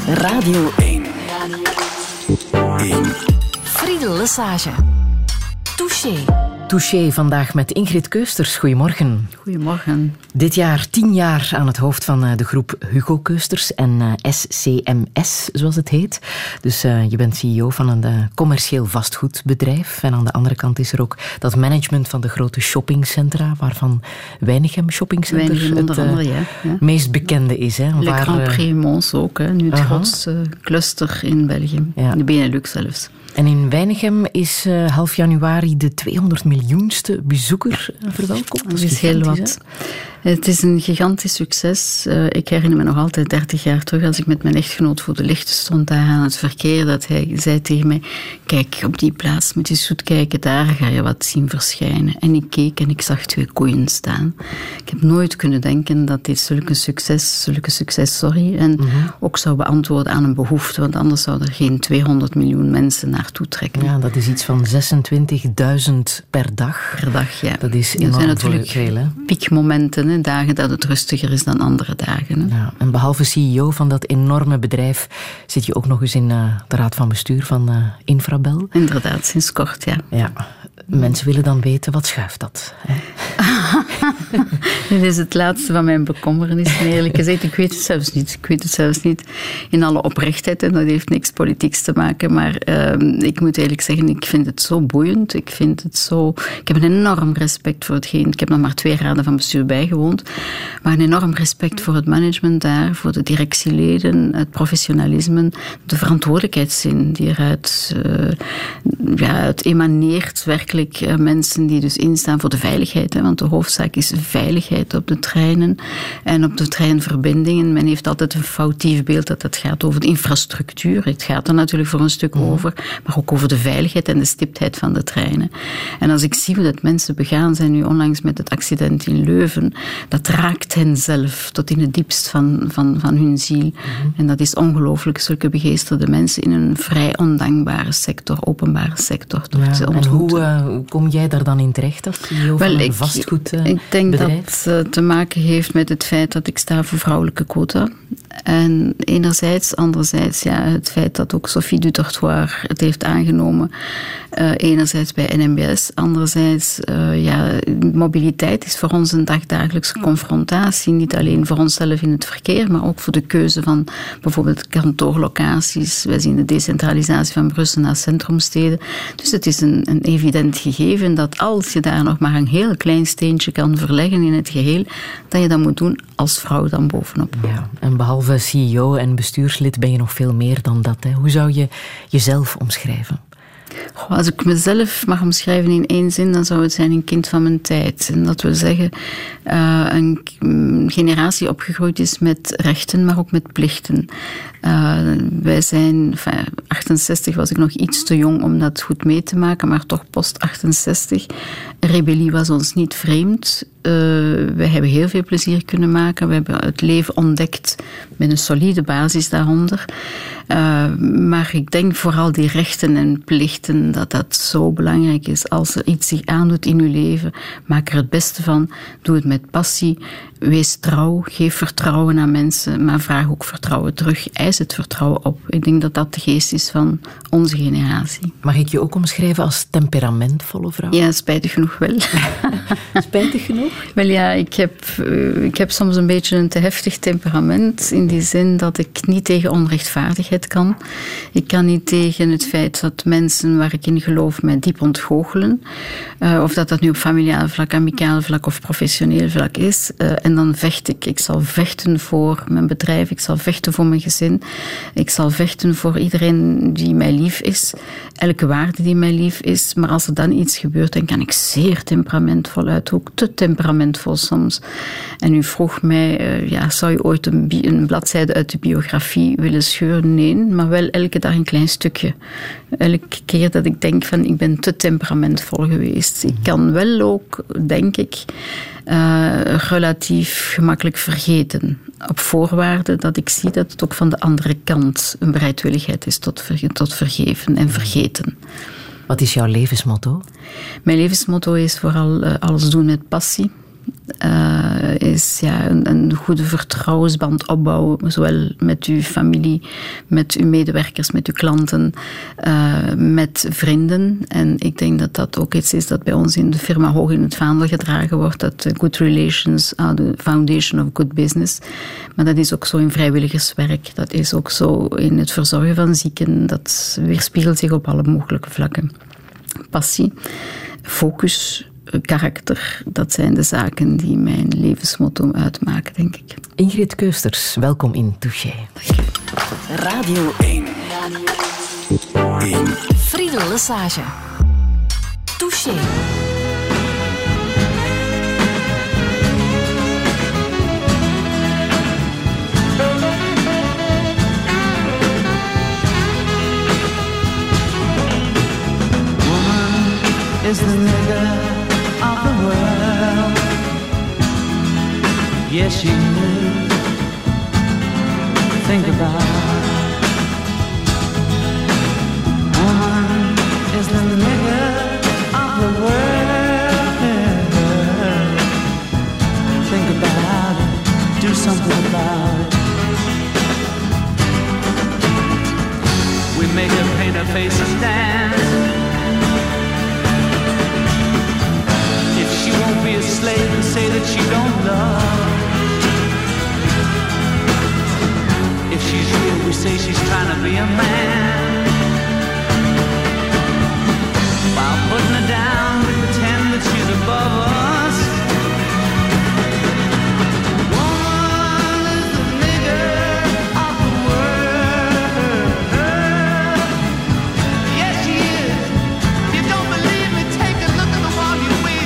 Radio 1. Friedel Lesage. Touché. Touché vandaag met Ingrid Keusters. Goedemorgen. Goedemorgen. Dit jaar 10 jaar aan het hoofd van de groep Hugo Keusters en SCMS, zoals het heet. Dus je bent CEO van een commercieel vastgoedbedrijf. En aan de andere kant is er ook dat management van de grote shoppingcentra, waarvan Weinigem Shoppingcenter het meest bekende is. Hè, Le Grand Prix Mons ook, hè, nu het grootste cluster in België. Ja. In de Benelux zelfs. En in Weinigem is half januari de 200 miljoenste bezoeker verwelkomd. Dat is heel wat. Het is een gigantisch succes. Ik herinner me nog altijd 30 jaar terug, als ik met mijn echtgenoot voor de lichten stond daar aan het verkeer, dat hij zei tegen mij, kijk, op die plaats moet je eens goed kijken, daar ga je wat zien verschijnen. En ik keek en ik zag 2 koeien staan. Ik heb nooit kunnen denken dat dit zulke succes, en ook zou beantwoorden aan een behoefte, want anders zouden er geen 200 miljoen mensen naartoe trekken. Ja, dat is iets van 26.000 per dag. Per dag, ja. Dat is enorm. Er zijn natuurlijk veel, hè? piekmomenten, dagen dat het rustiger is dan andere dagen. Hè. Ja, en behalve CEO van dat enorme bedrijf zit je ook nog eens in de raad van bestuur van Infrabel. Inderdaad, sinds kort, ja. Ja. Mensen willen dan weten, wat schuift dat? Hè? Dit is het laatste van mijn bekommernis, eerlijk gezegd. Ik weet het zelfs niet. In alle oprechtheid, en dat heeft niks politieks te maken, maar ik moet eerlijk zeggen, ik vind het zo boeiend. Ik heb een enorm respect voor hetgeen. Ik heb nog maar 2 raden van bestuur bijgewoond, maar een enorm respect voor het management daar, voor de directieleden, het professionalisme, de verantwoordelijkheidszin die eruit het emaneert, werkelijk mensen die dus instaan voor de veiligheid, hè, want de hoofdzaak is veiligheid op de treinen en op de treinverbindingen. Men heeft altijd een foutief beeld dat het gaat over de infrastructuur. Het gaat er natuurlijk voor een stuk over, maar ook over de veiligheid en de stiptheid van de treinen. En als ik zie hoe dat mensen begaan zijn nu onlangs met het accident in Leuven, dat raakt hen zelf tot in het diepst van hun ziel. En dat is ongelooflijk, zulke begeesterde mensen in een vrij ondankbare sector, openbare sector. En hoe kom jij daar dan in terecht als CEO van een vastgoedbedrijf? Ik denk dat het te maken heeft met het feit dat ik sta voor vrouwelijke quota. En anderzijds het feit dat ook Sophie Dutortoir het heeft aangenomen. Enerzijds bij NMBS, anderzijds mobiliteit is voor ons een dagdagelijkse confrontatie. Niet alleen voor onszelf in het verkeer, maar ook voor de keuze van bijvoorbeeld kantoorlocaties. Wij zien de decentralisatie van Brussel naar centrumsteden. Dus het is een evident gegeven dat als je daar nog maar een heel klein steentje kan verleggen in het geheel, dat je dat moet doen als vrouw dan bovenop. Ja, en behalve CEO en bestuurslid ben je nog veel meer dan dat. Hè? Hoe zou je jezelf omschrijven? Als ik mezelf mag omschrijven in 1 zin, dan zou het zijn een kind van mijn tijd. En dat wil zeggen, een generatie opgegroeid is met rechten, maar ook met plichten. Wij zijn, 68 was ik nog iets te jong om dat goed mee te maken, maar toch post 68. Rebellie was ons niet vreemd. Wij hebben heel veel plezier kunnen maken. We hebben het leven ontdekt met een solide basis daaronder. Maar ik denk vooral die rechten en plichten, dat zo belangrijk is. Als er iets zich aandoet in uw leven, maak er het beste van. Doe het met passie. Wees trouw. Geef vertrouwen aan mensen, maar vraag ook vertrouwen terug. Eis het vertrouwen op. Ik denk dat dat de geest is van onze generatie. Mag ik je ook omschrijven als temperamentvolle vrouw? Ja, spijtig genoeg wel. Spijtig genoeg? Wel ja, ik heb soms een beetje een te heftig temperament, in die zin dat ik niet tegen onrechtvaardigheid kan. Ik kan niet tegen het feit dat mensen waar ik in geloof mij diep ontgoochelen. Of dat nu op familiaal vlak, amicaal vlak of professioneel vlak is. En dan vecht ik. Ik zal vechten voor mijn bedrijf, ik zal vechten voor mijn gezin. Ik zal vechten voor iedereen die mij lief is. Elke waarde die mij lief is. Maar als er dan iets gebeurt, dan kan ik zeer temperamentvol uit. Ook te temperamentvol soms. En u vroeg mij, zou je ooit een bladzijde uit de biografie willen scheuren? Nee, maar wel elke dag een klein stukje. Elke keer dat ik denk van, ik ben te temperamentvol geweest. Ik kan wel ook, denk ik, relatief gemakkelijk vergeten. Op voorwaarde dat ik zie dat het ook van de andere kant een bereidwilligheid is tot vergeven en vergeten. Wat is jouw levensmotto? Mijn levensmotto is vooral alles doen met passie. is een goede vertrouwensband opbouwen, zowel met uw familie, met uw medewerkers, met uw klanten, met vrienden. En ik denk dat dat ook iets is dat bij ons in de firma hoog in het vaandel gedragen wordt, dat good relations are the foundation of good business. Maar dat is ook zo in vrijwilligerswerk, dat is ook zo in het verzorgen van zieken, dat weerspiegelt zich op alle mogelijke vlakken. Passie, focus, karakter, dat zijn de zaken die mijn levensmotto uitmaken, denk ik. Ingrid Keusters, welkom in Touché. Radio 1. Friedel Lesage. Touché. Is the nigger of the world. Yes, you think about it. Woman is the nigger of the world. Think about it, do something about it. We make her paint her face and dance. She won't be a slave and say that she don't love. If she's real, we say she's trying to be a man. While putting her down, we pretend that she's above us. Woman is the nigger of the world. Yes, she is. If you don't believe me, take a look at the one you will.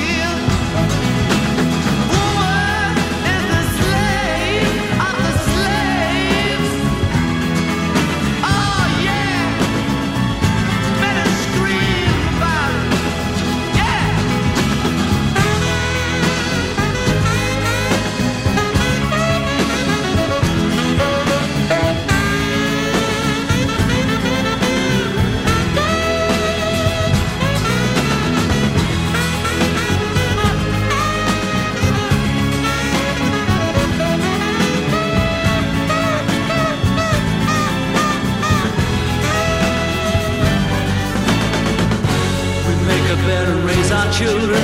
Children,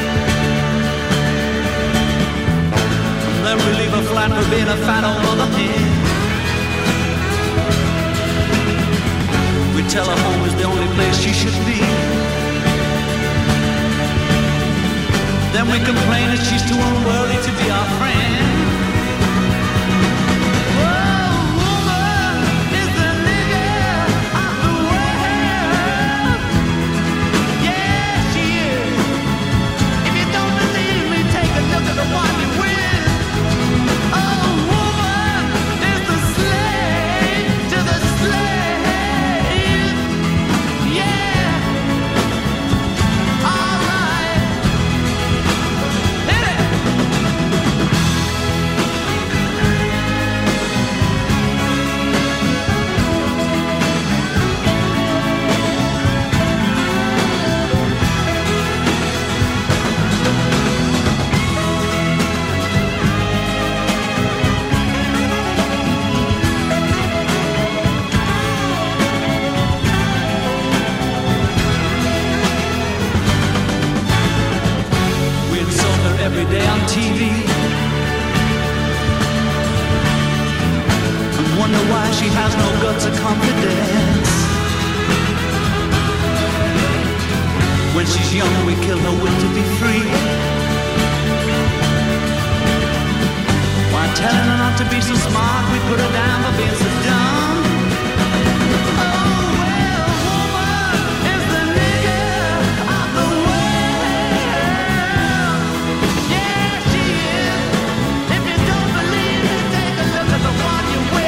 and then we leave her flat for being a fat old mother hen. We tell her home is the only place she should be. Then we complain that she's too unworthy to be our friend. She has no guts or confidence. When she's young, we kill her will to be free. While telling her not to be so smart, we put her down for being so dumb. Oh, well, woman is the nigger of the world. Yeah, she is. If you don't believe me, take a look at the one you wear.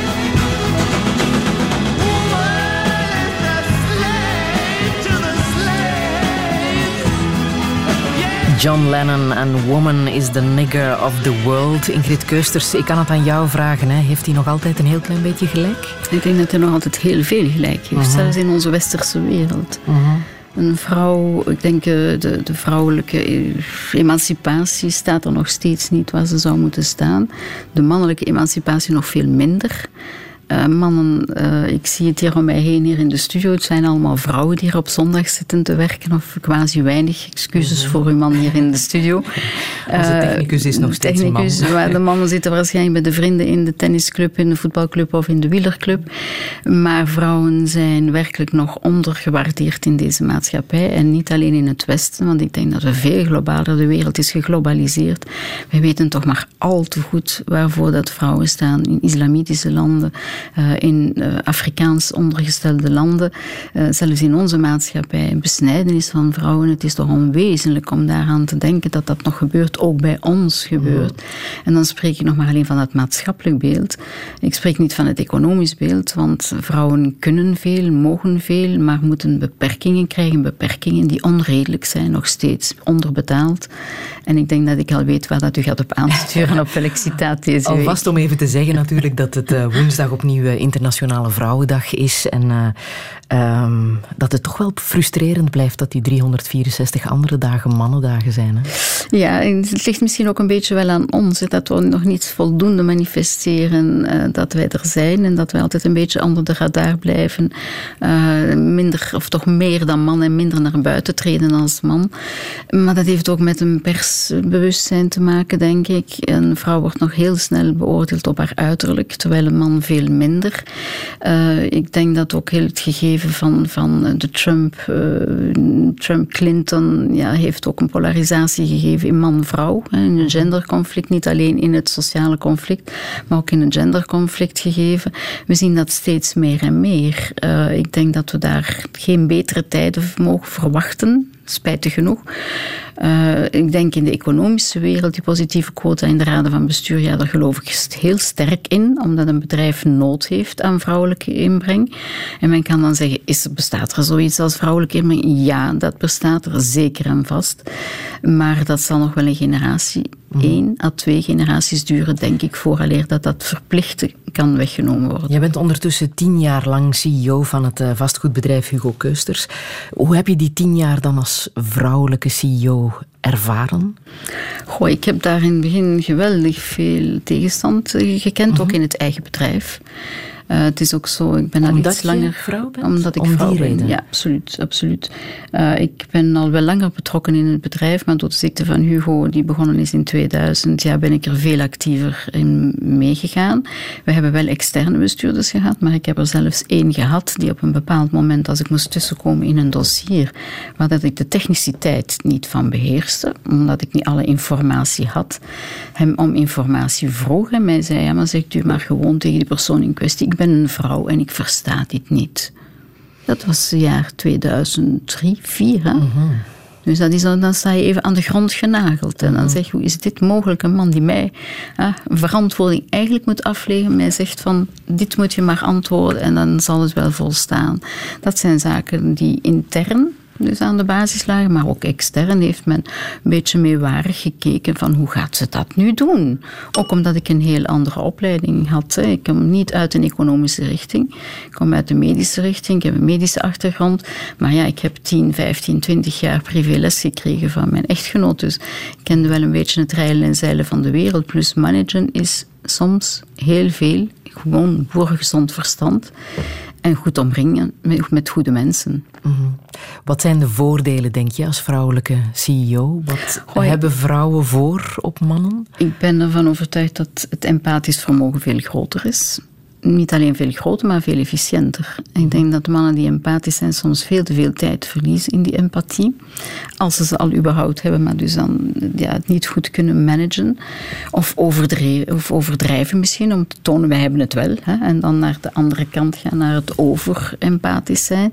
John Lennon en Woman is the nigger of the world. Ingrid Keusters, ik kan het aan jou vragen. Hè. Heeft hij nog altijd een heel klein beetje gelijk? Ik denk dat hij nog altijd heel veel gelijk heeft. Zelfs in onze westerse wereld. Een vrouw, ik denk de vrouwelijke emancipatie staat er nog steeds niet waar ze zou moeten staan. De mannelijke emancipatie nog veel minder. Mannen, ik zie het hier om mij heen hier in de studio. Het zijn allemaal vrouwen die hier op zondag zitten te werken. Of quasi weinig. Excuses voor uw man hier in de studio. Onze technicus is nog steeds een man. Waar de mannen zitten waarschijnlijk bij de vrienden in de tennisclub, in de voetbalclub of in de wielerclub. Maar vrouwen zijn werkelijk nog ondergewaardeerd in deze maatschappij. En niet alleen in het Westen, want ik denk dat we veel globaler, de wereld is geglobaliseerd. Wij weten toch maar al te goed waarvoor dat vrouwen staan in islamitische landen, in Afrikaans ondergestelde landen, zelfs in onze maatschappij, besnijdenis van vrouwen. Het is toch onwezenlijk om daaraan te denken dat dat nog gebeurt, ook bij ons gebeurt. En dan spreek ik nog maar alleen van het maatschappelijk beeld. Ik spreek niet van het economisch beeld, want vrouwen kunnen veel, mogen veel, maar moeten beperkingen krijgen, beperkingen die onredelijk zijn, nog steeds onderbetaald. En ik denk dat ik al weet waar dat u gaat op aansturen, op welk citaat deze week. Alvast om even te zeggen natuurlijk dat het woensdag opnieuw Internationale Vrouwendag is en dat het toch wel frustrerend blijft dat die 364 andere dagen mannendagen zijn. Hè? Ja, het ligt misschien ook een beetje wel aan ons, dat we nog niet voldoende manifesteren dat wij er zijn en dat wij altijd een beetje onder de radar blijven. Minder of toch meer dan man en minder naar buiten treden als man. Maar dat heeft ook met een persbewustzijn te maken, denk ik. Een vrouw wordt nog heel snel beoordeeld op haar uiterlijk, terwijl een man veel minder. Ik denk dat ook heel het gegeven van de Trump-Clinton heeft ook een polarisatie gegeven in man-vrouw. In een genderconflict, niet alleen in het sociale conflict, maar ook in een genderconflict gegeven. We zien dat steeds meer en meer. Ik denk dat we daar geen betere tijden mogen verwachten. Spijtig genoeg. Ik denk in de economische wereld, die positieve quota in de raden van bestuur, ja, daar geloof ik heel sterk in, omdat een bedrijf nood heeft aan vrouwelijke inbreng. En men kan dan zeggen, bestaat er zoiets als vrouwelijke inbreng? Ja, dat bestaat er zeker en vast. Maar dat zal nog wel een generatie, 1 à 2 generaties duren, denk ik, vooraleer dat verplicht kan weggenomen worden. Jij bent ondertussen 10 jaar lang CEO van het vastgoedbedrijf Hugo Keusters. Hoe heb je die 10 jaar dan als vrouwelijke CEO ervaren? Goh, ik heb daar in het begin geweldig veel tegenstand gekend, ook in het eigen bedrijf. Het is ook zo, ik ben al iets langer vrouw bent? Omdat ik Om vrouw die ben. reden? Ja, absoluut. Ik ben al wel langer betrokken in het bedrijf, maar door de ziekte van Hugo, die begonnen is in 2000, ben ik er veel actiever in meegegaan. We hebben wel externe bestuurders gehad, maar ik heb er zelfs 1 gehad die op een bepaald moment, als ik moest tussenkomen in een dossier, waar dat ik de techniciteit niet van beheerste, omdat ik niet alle informatie had, hem om informatie vroeg en mij zei, ja, maar zegt u maar gewoon tegen die persoon in kwestie, ik ben een vrouw en ik versta dit niet. Dat was het jaar 2003, 2004. Hè? Dus dan sta je even aan de grond genageld. En dan zeg je, hoe is dit mogelijk? Een man die mij verantwoording eigenlijk moet afleggen. Mij zegt van, dit moet je maar antwoorden en dan zal het wel volstaan. Dat zijn zaken die intern dus aan de basis lagen, maar ook extern heeft men een beetje meewarig gekeken van hoe gaat ze dat nu doen? Ook omdat ik een heel andere opleiding had. Ik kom niet uit een economische richting. Ik kom uit de medische richting. Ik heb een medische achtergrond. Maar ja, ik heb 10, 15, 20 jaar privéles gekregen van mijn echtgenoot. Dus ik kende wel een beetje het rijden en zeilen van de wereld. Plus managen is soms heel veel gewoon boerengezond verstand. En goed omringen met goede mensen. Wat zijn de voordelen, denk je, als vrouwelijke CEO? Wat hebben vrouwen voor op mannen? Ik ben ervan overtuigd dat het empathisch vermogen veel groter is. Niet alleen veel groter, maar veel efficiënter. Ik denk dat mannen die empathisch zijn soms veel te veel tijd verliezen in die empathie. Als ze al überhaupt hebben, maar dus dan het niet goed kunnen managen. Of overdrijven misschien, om te tonen, wij hebben het wel. Hè, en dan naar de andere kant gaan, naar het over-empathisch zijn.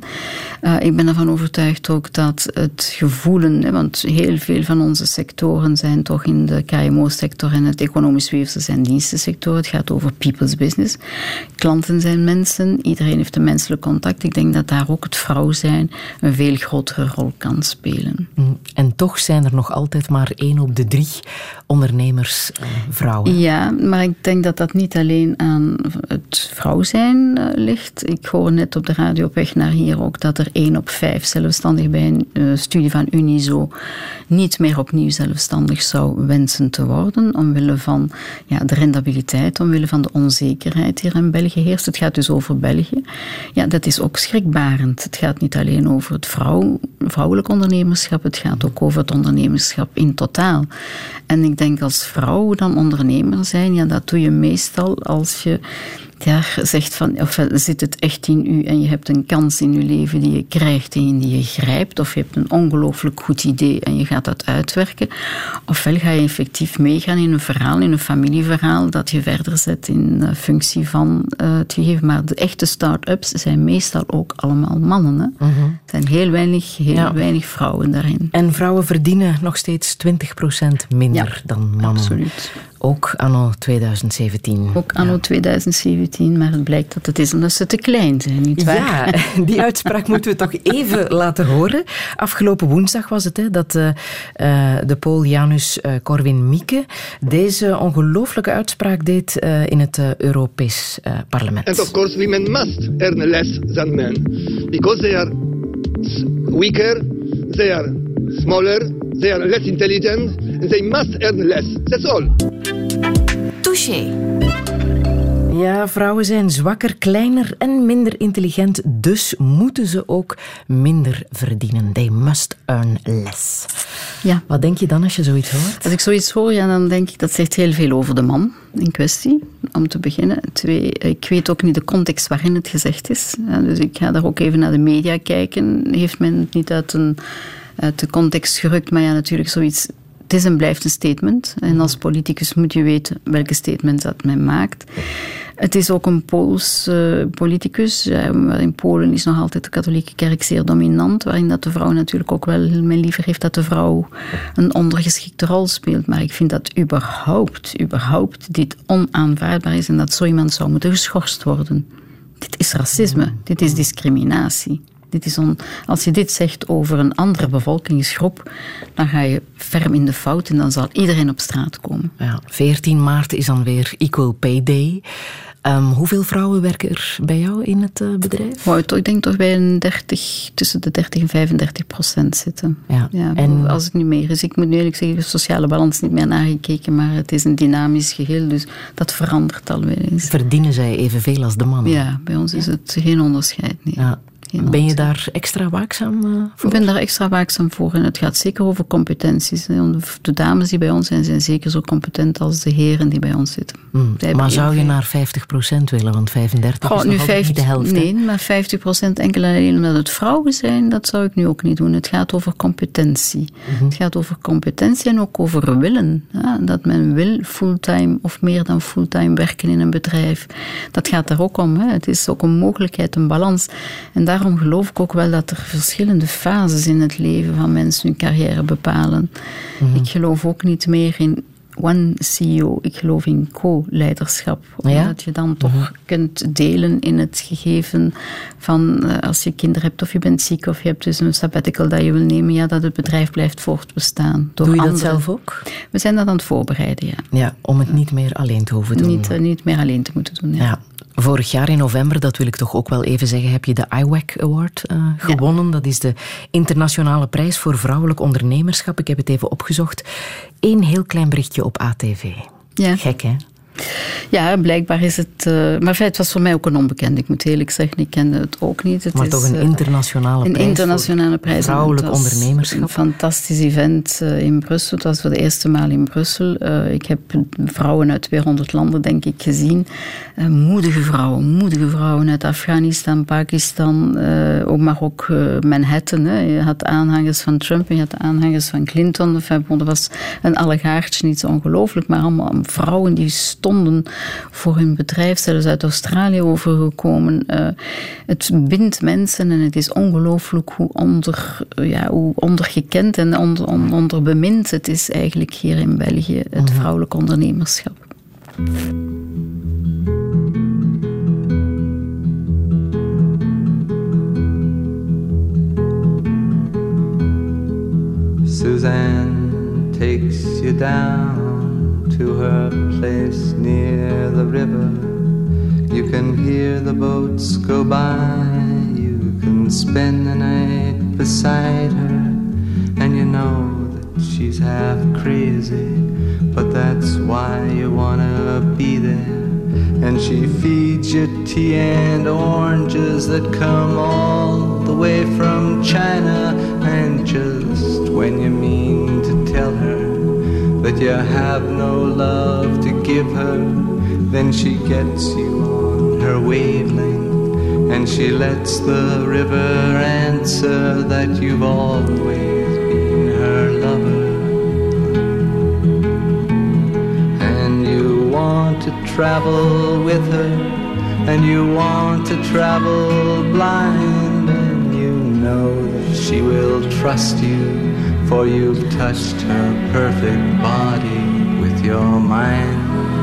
Ik ben ervan overtuigd ook dat het gevoelen, want heel veel van onze sectoren zijn toch in de KMO-sector en het economisch weefsel zijn dienstensector. Het gaat over people's business. Klanten zijn mensen, iedereen heeft een menselijk contact. Ik denk dat daar ook het vrouw zijn een veel grotere rol kan spelen. En toch zijn er nog altijd maar 1 op de 3 ondernemers vrouwen. Ja, maar ik denk dat dat niet alleen aan het vrouw zijn ligt. Ik hoor net op de radio op weg naar hier ook dat er 1 op 5 zelfstandig bij een studie van Unizo niet meer opnieuw zelfstandig zou wensen te worden, omwille van de rendabiliteit, omwille van de onzekerheid die er in België heerst. Het gaat dus over België. Ja, dat is ook schrikbarend. Het gaat niet alleen over het vrouwelijk ondernemerschap, het gaat ook over het ondernemerschap in totaal. En ik denk als vrouw dan ondernemer zijn, dat doe je meestal als je zegt van, ofwel zit het echt in u en je hebt een kans in je leven die je krijgt en die je grijpt, of je hebt een ongelooflijk goed idee en je gaat dat uitwerken, ofwel ga je effectief meegaan in een verhaal, in een familieverhaal, dat je verder zet in functie van het gegeven. Maar de echte start-ups zijn meestal ook allemaal mannen. Hè? Er zijn heel weinig vrouwen daarin. En vrouwen verdienen nog steeds 20% minder dan mannen. Absoluut. Ook anno 2017. Ook anno 2017, maar het blijkt dat het is omdat ze te klein zijn, nietwaar? Ja, die uitspraak moeten we toch even laten horen. Afgelopen woensdag was het dat de Pool Janusz Korwin-Mikke deze ongelooflijke uitspraak deed in het Europees Parlement. And of course women must earn less than men, because they are weaker, they are smaller, they are less intelligent, and they must earn less. That's all. Touché. Ja, vrouwen zijn zwakker, kleiner en minder intelligent, dus moeten ze ook minder verdienen. They must earn less. Ja. Wat denk je dan als je zoiets hoort? Als ik zoiets hoor, dan denk ik dat zegt heel veel over de man in kwestie, om te beginnen. 2, ik weet ook niet de context waarin het gezegd is. Dus ik ga daar ook even naar de media kijken. Heeft men het niet uit de context gerukt, maar natuurlijk zoiets. Het is en blijft een statement. En als politicus moet je weten welke statement dat men maakt. Het is ook een Pools politicus. In Polen is nog altijd de katholieke kerk zeer dominant, waarin dat de vrouw natuurlijk ook wel men liever heeft dat de vrouw een ondergeschikte rol speelt. Maar ik vind dat überhaupt dit onaanvaardbaar is en dat zo iemand zou moeten geschorst worden. Dit is racisme, dit is discriminatie. Als je dit zegt over een andere bevolkingsgroep, dan ga je ferm in de fout en dan zal iedereen op straat komen. Ja, 14 maart is dan weer Equal Pay Day. Hoeveel vrouwen werken er bij jou in het bedrijf? Ik denk toch bij tussen de 30 en 35% zitten. Ja, en als het niet meer is. Ik moet nu eerlijk zeggen, de sociale balans niet meer nagekeken, maar het is een dynamisch geheel, dus dat verandert alweer eens. Verdienen zij evenveel als de mannen? Ja, bij ons is het geen onderscheid. Nee. Ja. Ben je daar extra waakzaam voor? Ik ben daar extra waakzaam voor en het gaat zeker over competenties. De dames die bij ons zijn zeker zo competent als de heren die bij ons zitten. Maar zou je naar 50% willen? Want 35% is nog niet de helft. Nee, maar 50% enkel en alleen omdat het vrouwen zijn, dat zou ik nu ook niet doen. Het gaat over competentie. Het gaat over competentie en ook over willen. Ja, dat men wil fulltime of meer dan fulltime werken in een bedrijf. Dat gaat daar ook om. Hè. Het is ook een mogelijkheid, een balans. En daarom geloof ik ook wel dat er verschillende fases in het leven van mensen hun carrière bepalen. Ik geloof ook niet meer in one CEO. Ik geloof in co-leiderschap. Dat je dan toch kunt delen in het gegeven van als je kinderen hebt of je bent ziek of je hebt dus een sabbatical dat je wil nemen, dat het bedrijf blijft voortbestaan. Doe je dat zelf ook? We zijn dat aan het voorbereiden, ja. Ja, om het niet meer alleen te hoeven doen. Niet meer alleen te moeten doen, ja. Vorig jaar in november, dat wil ik toch ook wel even zeggen, heb je de IWAC Award gewonnen. Dat is de internationale prijs voor vrouwelijk ondernemerschap. Ik heb het even opgezocht. 1 heel klein berichtje op ATV. Ja. Gek, hè? Ja, blijkbaar is het... maar het was voor mij ook een onbekende. Ik moet eerlijk zeggen, ik kende het ook niet. Het maar is toch een internationale prijs voor vrouwelijk ondernemerschap. Een fantastisch event in Brussel. Het was voor de eerste maal in Brussel. Ik heb vrouwen uit 200 landen, denk ik, gezien. Moedige vrouwen uit Afghanistan, Pakistan, maar ook Manhattan. Je had aanhangers van Trump en je had aanhangers van Clinton. Dat was een allegaartje, niet zo ongelooflijk, maar allemaal vrouwen die stonden voor hun bedrijf, zelfs uit Australië overgekomen. Het bindt mensen en het is ongelooflijk hoe ondergekend en onderbemind het is eigenlijk hier in België, het vrouwelijk ondernemerschap. takes you down to her place near the river. You can hear the boats go by. You can spend the night beside her. And you know that she's half crazy, but that's why you wanna be there. And she feeds you tea and oranges that come all the way from China. And just when you mean to tell her that you have no love to give her, then she gets you on her wavelength, and she lets the river answer that you've always been her lover. And you want to travel with her, and you want to travel blind, and you know that she will trust you, for you've touched her perfect body with your mind.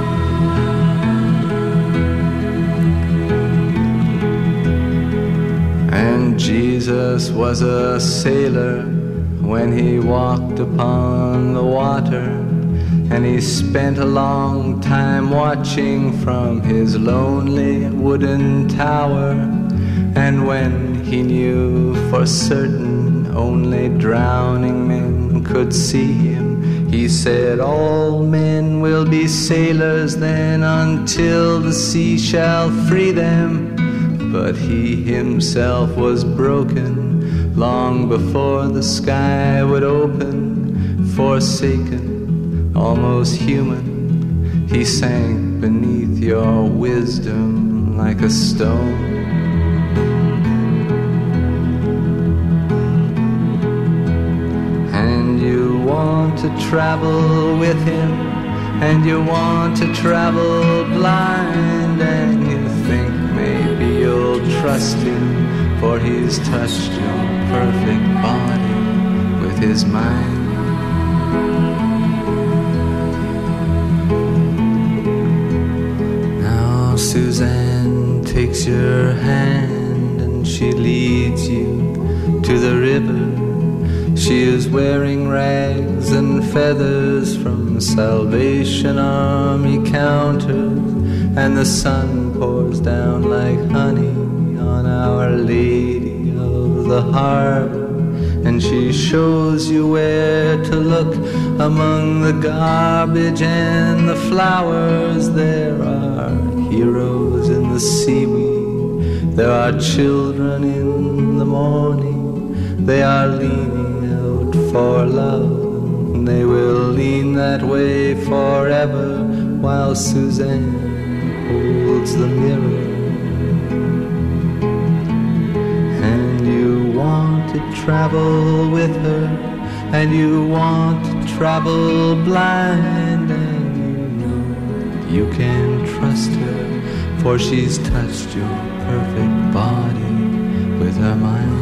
And Jesus was a sailor when he walked upon the water, and he spent a long time watching from his lonely wooden tower. And when he knew for certain only drowning men could see him, he said, all men will be sailors then until the sea shall free them. But he himself was broken long before the sky would open. Forsaken, almost human, he sank beneath your wisdom like a stone. And you want to travel with him, and you want to travel blind, and you think maybe you'll trust him, for he's touched your perfect body with his mind. Now Suzanne takes your hand and she leads you to the river. She is wearing rags and feathers from Salvation Army counters, and the sun pours down like honey on Our Lady of the Harbor. And she shows you where to look among the garbage and the flowers. There are heroes in the seaweed, there are children in the morning. They are leaning out for love, and they will lean that way forever, while Suzanne holds the mirror. And you want to travel with her, and you want to travel blind, and you know you can trust her, for she's touched your perfect body with her mind.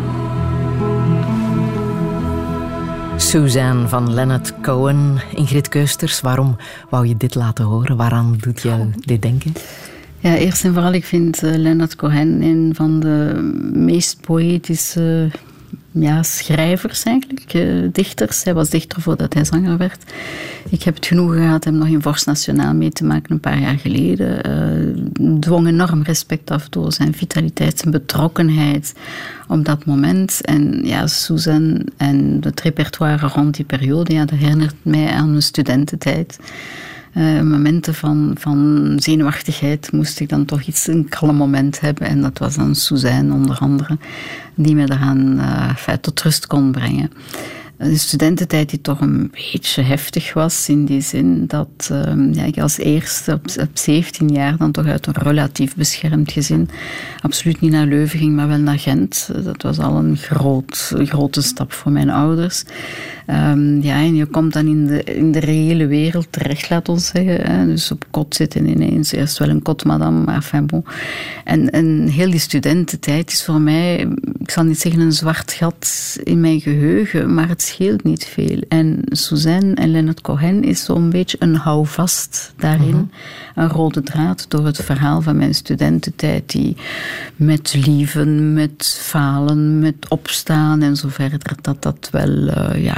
Suzanne van Leonard Cohen. Ingrid Keusters, waarom wou je dit laten horen? Waaraan doet jou dit denken? Ja, eerst en vooral, ik vind Leonard Cohen een van de meest poëtische schrijvers eigenlijk, dichters. Hij was dichter voordat hij zanger werd. Ik heb het genoegen gehad hem nog in Vorst Nationaal mee te maken een paar jaar geleden. Dwong enorm respect af door zijn vitaliteit, zijn betrokkenheid op dat moment. En ja, Suzanne en het repertoire rond die periode, ja, dat herinnert mij aan mijn studententijd. Momenten van zenuwachtigheid moest ik dan toch een kalm moment hebben. En dat was dan Suzanne onder andere, die me daaraan tot rust kon brengen. De studententijd die toch een beetje heftig was, in die zin dat ik als eerste op 17 jaar dan toch uit een relatief beschermd gezin absoluut niet naar Leuven ging, maar wel naar Gent. Dat was al een grote stap voor mijn ouders. En je komt dan in de reële wereld terecht, laat ons zeggen. Hè. Dus op kot zitten ineens. Eerst wel een kotmadam, maar enfin bon. En heel die studententijd is voor mij, ik zal niet zeggen een zwart gat in mijn geheugen, maar het scheelt niet veel. En Suzanne en Leonard Cohen is zo'n beetje een houvast daarin. Mm-hmm. Een rode draad door het verhaal van mijn studententijd, die met lieven, met falen, met opstaan en zo verder, dat wel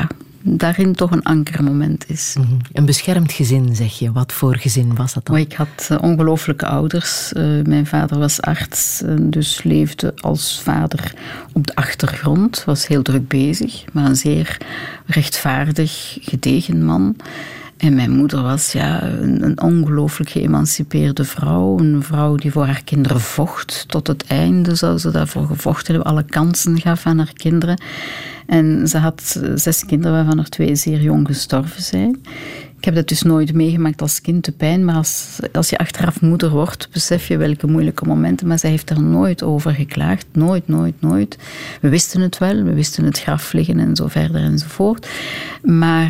daarin toch een ankermoment is. Een beschermd gezin, zeg je. Wat voor gezin was dat dan? Ik had ongelooflijke ouders. Mijn vader was arts, dus leefde als vader op de achtergrond. Was heel druk bezig, maar een zeer rechtvaardig, gedegen man. En mijn moeder was een ongelooflijk geëmancipeerde vrouw. Een vrouw die voor haar kinderen vocht. Tot het einde zou ze daarvoor gevochten hebben. Alle kansen gaf aan haar kinderen. En ze had 6 kinderen, waarvan er 2 zeer jong gestorven zijn. Ik heb dat dus nooit meegemaakt als kind, de pijn. Maar als je achteraf moeder wordt, besef je welke moeilijke momenten. Maar zij heeft er nooit over geklaagd. Nooit, nooit, nooit. We wisten het wel. We wisten het graf liggen en zo verder enzovoort. Maar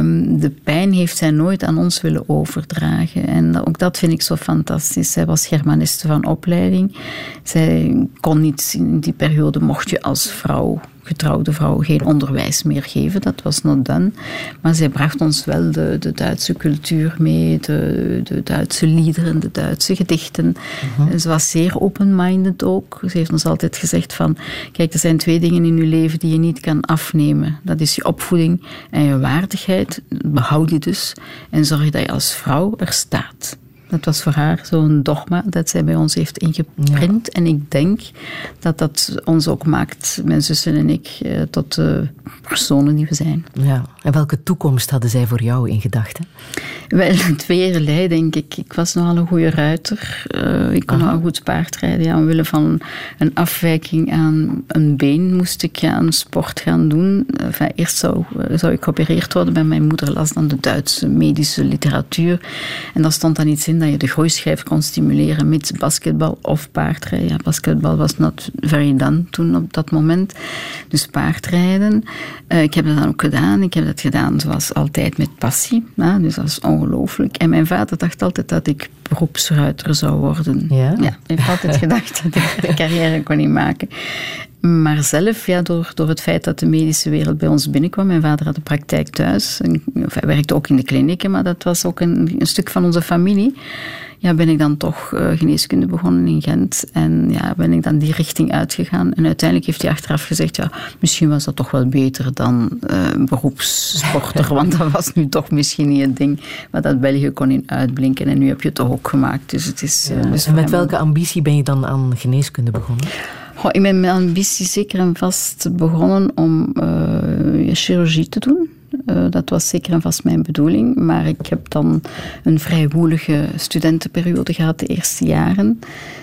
de pijn heeft zij nooit aan ons willen overdragen. En ook dat vind ik zo fantastisch. Zij was Germaniste van opleiding. Zij kon niet, in die periode mocht je als vrouw, getrouwde vrouw, geen onderwijs meer geven. Dat was not done. Maar zij bracht ons wel de Duitse cultuur mee, de Duitse liederen, de Duitse gedichten. En ze was zeer open-minded ook. Ze heeft ons altijd gezegd van, kijk, er zijn 2 dingen in je leven die je niet kan afnemen. Dat is je opvoeding en je waardigheid. Behoud die dus en zorg dat je als vrouw er staat. Dat was voor haar zo'n dogma dat zij bij ons heeft ingeprint. Ja. En ik denk dat dat ons ook maakt, mijn zussen en ik, tot de personen die we zijn. Ja. En welke toekomst hadden zij voor jou in gedachten? Wel, tweeërlei, denk ik. Ik was nogal een goede ruiter. Ik kon nogal goed paardrijden. Ja, omwille van een afwijking aan een been moest ik aan sport gaan doen. Eerst zou ik geopereerd worden, maar mijn moeder las dan de Duitse medische literatuur. En daar stond dan iets in dat je de groeischijf kon stimuleren met basketbal of paardrijden. Ja, basketbal was not very done toen op dat moment. Dus paardrijden. Ik heb dat dan ook gedaan. Ik heb dat gedaan zoals altijd met passie. Dus dat is ongelooflijk. En mijn vader dacht altijd dat ik beroepsruiter zou worden. Ja? Ja, hij heeft altijd gedacht dat ik de carrière kon niet maken. Maar zelf, door het feit dat de medische wereld bij ons binnenkwam. Mijn vader had een praktijk thuis. Hij werkte ook in de klinieken, maar dat was ook een stuk van onze familie. Ja, ben ik dan toch geneeskunde begonnen in Gent. En ja, ben ik dan die richting uitgegaan. En uiteindelijk heeft hij achteraf gezegd, ja, misschien was dat toch wel beter dan beroepssporter. Want dat was nu toch misschien niet het ding waar dat België kon in uitblinken. En nu heb je het toch ook gemaakt. Dus het is, dus en met welke ambitie ben je dan aan geneeskunde begonnen? Ik ben mijn ambitie zeker en vast begonnen om chirurgie te doen. Dat was zeker en vast mijn bedoeling. Maar ik heb dan een vrij woelige studentenperiode gehad de eerste jaren.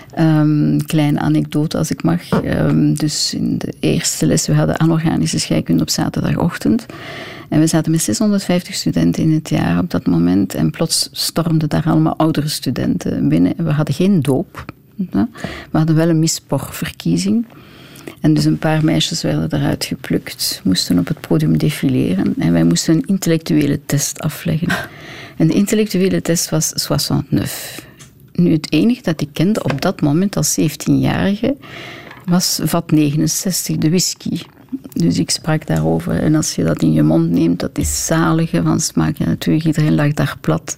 Kleine anekdote als ik mag. Dus in de eerste les, we hadden anorganische scheikunde op zaterdagochtend. En we zaten met 650 studenten in het jaar op dat moment. En plots stormden daar allemaal oudere studenten binnen. En we hadden geen doop. We hadden wel een misporverkiezing. En dus een paar meisjes werden eruit geplukt, moesten op het podium defileren en wij moesten een intellectuele test afleggen. En de intellectuele test was 69. Nu, het enige dat ik kende op dat moment als 17-jarige was vat 69, de whisky. Dus ik sprak daarover. En als je dat in je mond neemt, dat is zalige van smaak. Ja, natuurlijk, iedereen lag daar plat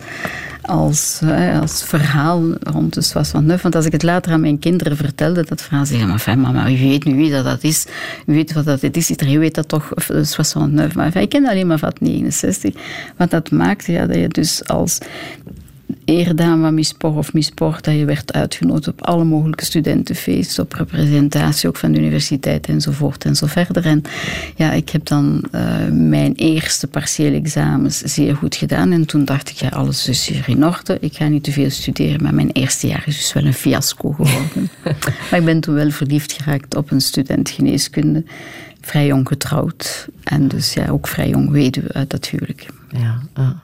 als verhaal rond de 69. Want als ik het later aan mijn kinderen vertelde, dat verhaal zeggen, maar mama, wie weet nu wie dat is? Wie weet wat dat is? Iedereen weet dat toch, 69. Maar ik ken alleen maar vat 69. Wat dat maakte, ja, dat je dus als eerdame van Mispor of Misport, dat je werd uitgenodigd op alle mogelijke studentenfeesten, op representatie ook van de universiteit enzovoort en zo verder. En ja, ik heb dan mijn eerste partiële examens zeer goed gedaan en toen dacht ik, ja, alles is hier in orde. Ik ga niet te veel studeren, maar mijn eerste jaar is dus wel een fiasco geworden. Maar ik ben toen wel verliefd geraakt op een student geneeskunde, vrij jong getrouwd en dus ja, ook vrij jong weduwe uit dat huwelijk. Ja,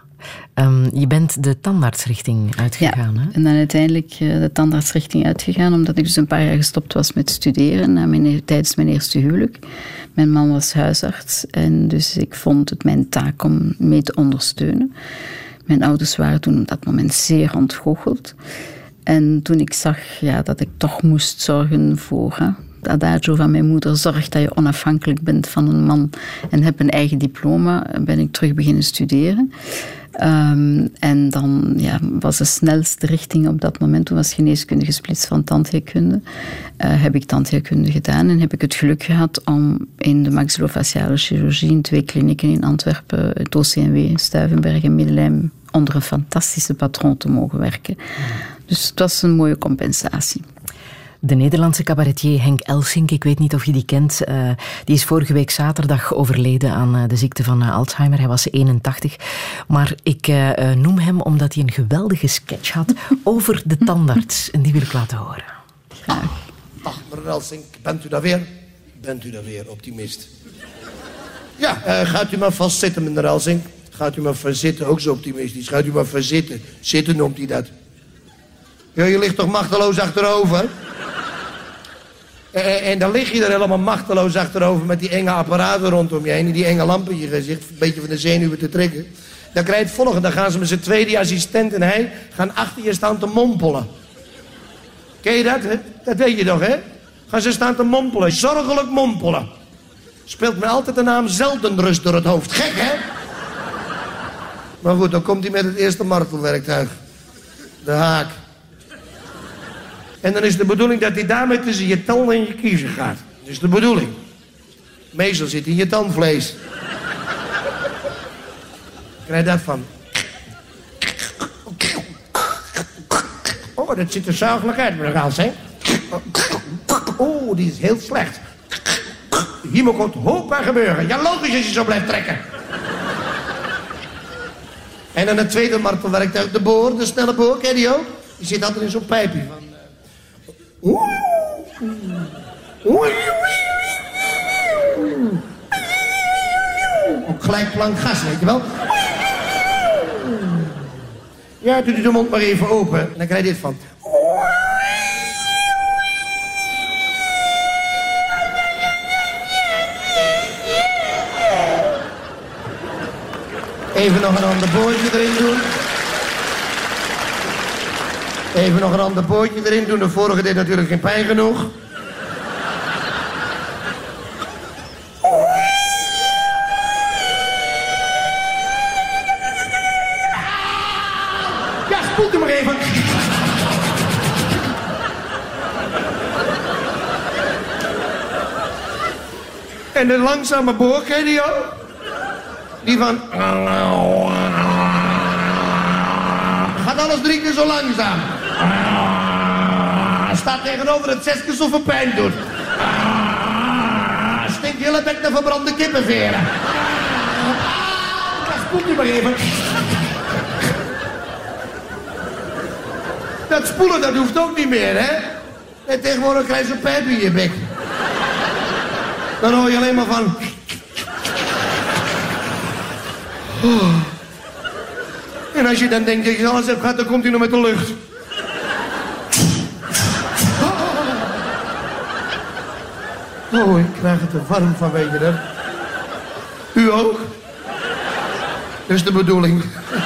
je bent de tandartsrichting uitgegaan, ja, hè? En dan uiteindelijk de tandartsrichting uitgegaan, omdat ik dus een paar jaar gestopt was met studeren tijdens mijn eerste huwelijk. Mijn man was huisarts en dus ik vond het mijn taak om mee te ondersteunen. Mijn ouders waren toen op dat moment zeer ontgoocheld. En toen ik zag dat ik toch moest zorgen voor het adagio van mijn moeder, zorg dat je onafhankelijk bent van een man en heb een eigen diploma, ben ik terug beginnen studeren. En dan was de snelste richting op dat moment, toen was geneeskunde gesplitst van tandheelkunde, heb ik tandheelkunde gedaan en heb ik het geluk gehad om in de maxillofaciale chirurgie in 2 klinieken in Antwerpen, het OCMW, Stuivenberg en Middelheim, onder een fantastische patroon te mogen werken. Dus het was een mooie compensatie. De Nederlandse cabaretier Henk Elsink, ik weet niet of je die kent, die is vorige week zaterdag overleden aan de ziekte van Alzheimer. Hij was 81. Maar ik noem hem omdat hij een geweldige sketch had over de tandarts. En die wil ik laten horen. Ach, meneer Elsink, bent u daar weer? Bent u daar weer, optimist? Ja, gaat u maar vast zitten, meneer Elsink. Gaat u maar vast zitten, ook zo optimistisch. Gaat u maar vast zitten. Zitten noemt hij dat. Ja, je ligt toch machteloos achterover? En dan lig je er helemaal machteloos achterover met die enge apparaten rondom je heen. En die enge lampen in je gezicht, een beetje van de zenuwen te trekken. Dan krijg je het volgende. Dan gaan ze met z'n tweeën, die assistent en hij, gaan achter je staan te mompelen. Ken je dat, hè? Dat weet je toch, hè? Gaan ze staan te mompelen. Zorgelijk mompelen. Speelt me altijd de naam Zeldenrust door het hoofd. Gek, hè? Maar goed, dan komt hij met het eerste martelwerktuig. De haak. En dan is de bedoeling dat hij daarmee tussen je tanden en je kiezen gaat. Dat is de bedoeling. Meestal zit hij in je tandvlees. Krijg je dat van? Oh, dat ziet er zuigelijk uit, meneer Gals, hè? Oh, die is heel slecht. Hier moet wat hoop aan gebeuren. Ja, logisch als je zo blijft trekken. En dan het tweede martelwerktuig, de boor, de snelle boor, ken je die ook? Die zit altijd in zo'n pijpje van... Op gelijk plank gas, weet je wel? Ja, doe de mond maar even open. En dan krijg je dit van... Even nog een ander boordje erin doen. Even nog een ander pootje erin doen. De vorige deed natuurlijk geen pijn genoeg. Ja, spoelt u maar even. En de langzame boor, ken je die ook? Die van... Gaat alles 3 keer zo langzaam. Staat tegenover het 6 keer zoveel pijn doet. Stinkt hele bek naar verbrande kippenveren. Spoelt u maar even. Dat spoelen, dat hoeft ook niet meer, hè? En tegenwoordig krijg je zo'n pijp in je bek. Dan hoor je alleen maar van... En als je dan denkt dat je alles hebt gehad, dan komt hij nog met de lucht. Oh, ik krijg het er warm van, weet je dat? U ook? Dat is de bedoeling.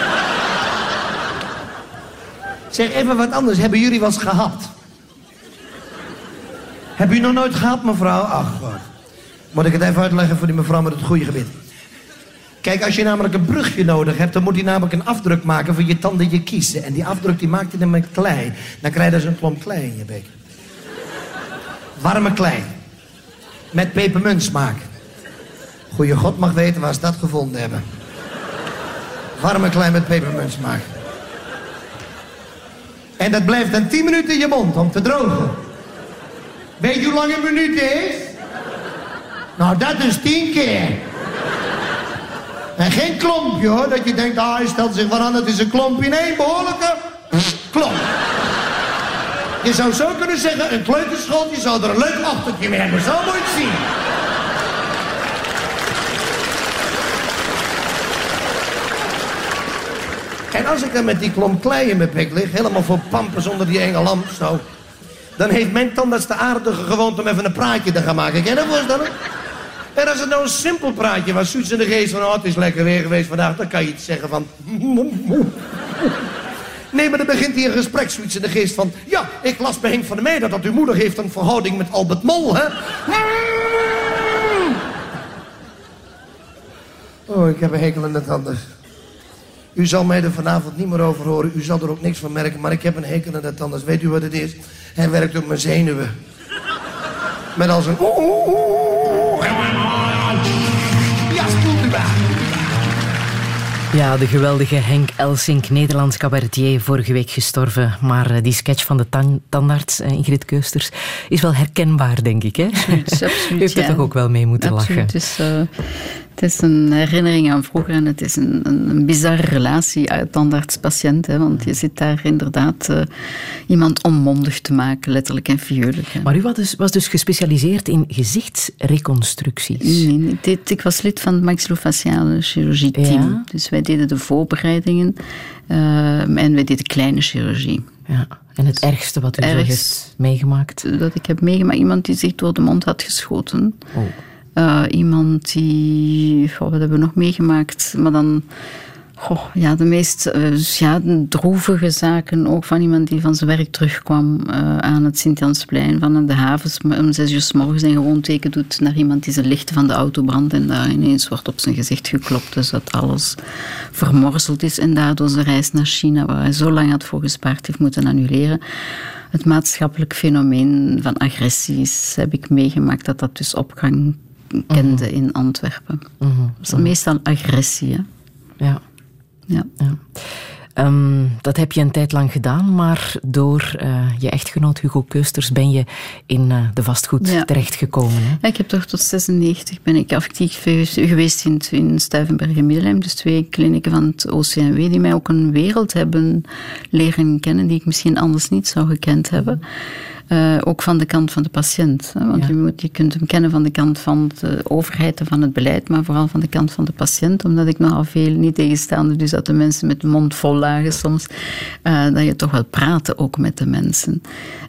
Zeg, even wat anders. Hebben jullie wat gehad? Heb u nog nooit gehad, mevrouw? Ach, wat. Moet ik het even uitleggen voor die mevrouw met het goede gebit? Kijk, als je namelijk een brugje nodig hebt, dan moet hij namelijk een afdruk maken van je tanden je kiezen. En die afdruk die maakt hij dan met klei. Dan krijg je dus een klomp klei in je bek. Warme klei. Met pepermuntsmaak. Goeie God mag weten waar ze dat gevonden hebben. Warme klei met pepermuntsmaak. En dat blijft dan 10 minuten in je mond om te drogen. Weet je hoe lang een minuut is? Nou, dat is 10 keer. En geen klompje, hoor, dat je denkt, hij stelt zich aan, het is een klompje. Nee, behoorlijke klomp. Je zou zo kunnen zeggen, een kleuterschool, je zou er een leuk ochtendje mee hebben. Zo moet je het zien. En als ik dan met die klomp klei in mijn bek lig, helemaal voor pampers onder die enge lamp, zo... dan heeft mijn tandarts de aardige gewoonte om even een praatje te gaan maken. Ken je dat voorstellen? En als het nou een simpel praatje was, zoets in de geest van... oh, het is lekker weer geweest vandaag, dan kan je iets zeggen van... Nee, maar dan begint hij een gesprek, zoiets in de geest van... ja, ik las bij Henk van der Meijden dat uw moeder heeft een verhouding met Albert Mol, hè? Oh, ik heb een hekel aan het anders. U zal mij er vanavond niet meer over horen. U zal er ook niks van merken. Maar ik heb een hekel aan dat tandarts. Weet u wat het is? Hij werkt op mijn zenuwen. Met al zijn... Ja, spoelt u maar. Ja, de geweldige Henk Elsink, Nederlands cabaretier, vorige week gestorven. Maar die sketch van de tandarts, Ingrid Keusters, is wel herkenbaar, denk ik. Hè? Absoluut, U heeft er toch ook wel mee moeten lachen. Dus, het is een herinnering aan vroeger en het is een bizarre relatie uit tandarts-patiënt. Want je zit daar inderdaad iemand onmondig te maken, letterlijk en figuurlijk. Hè. Maar u was dus gespecialiseerd in gezichtsreconstructies? Nee, ik was lid van het maxillofaciale chirurgie-team. Ja. Dus wij deden de voorbereidingen en wij deden kleine chirurgie. Ja. En het ergste wat u zo heeft meegemaakt? Dat ik heb meegemaakt, iemand die zich door de mond had geschoten. Oh. Iemand die... wat hebben we nog meegemaakt? Maar dan... de meest droevige zaken. Ook van iemand die van zijn werk terugkwam aan het Sint-Jansplein. Van de havens om 6 uur 's morgens en gewoon teken doet naar iemand die zijn lichten van de auto brandt. En daar ineens wordt op zijn gezicht geklopt. Dus dat alles vermorzeld is. En daardoor zijn reis naar China, waar hij zo lang had voor gespaard, heeft moeten annuleren. Het maatschappelijk fenomeen van agressies heb ik meegemaakt. Dat dus opgang kende in Antwerpen. Dat is dan meestal agressie. Hè? Ja. Ja. Dat heb je een tijd lang gedaan, maar door je echtgenoot Hugo Keusters ben je in de vastgoed terechtgekomen. Hè? Ja, ik heb toch tot 96 ben ik actief geweest in Stuyvenberg en Middelheim, dus 2 klinieken van het OCMW, die mij ook een wereld hebben leren kennen die ik misschien anders niet zou gekend hebben. Ook van de kant van de patiënt. Hè? Want je kunt hem kennen van de kant van de overheid en van het beleid, maar vooral van de kant van de patiënt, omdat ik nogal veel, niet tegenstaande, dus dat de mensen met de mond vol lagen soms, dat je toch wel praatte ook met de mensen.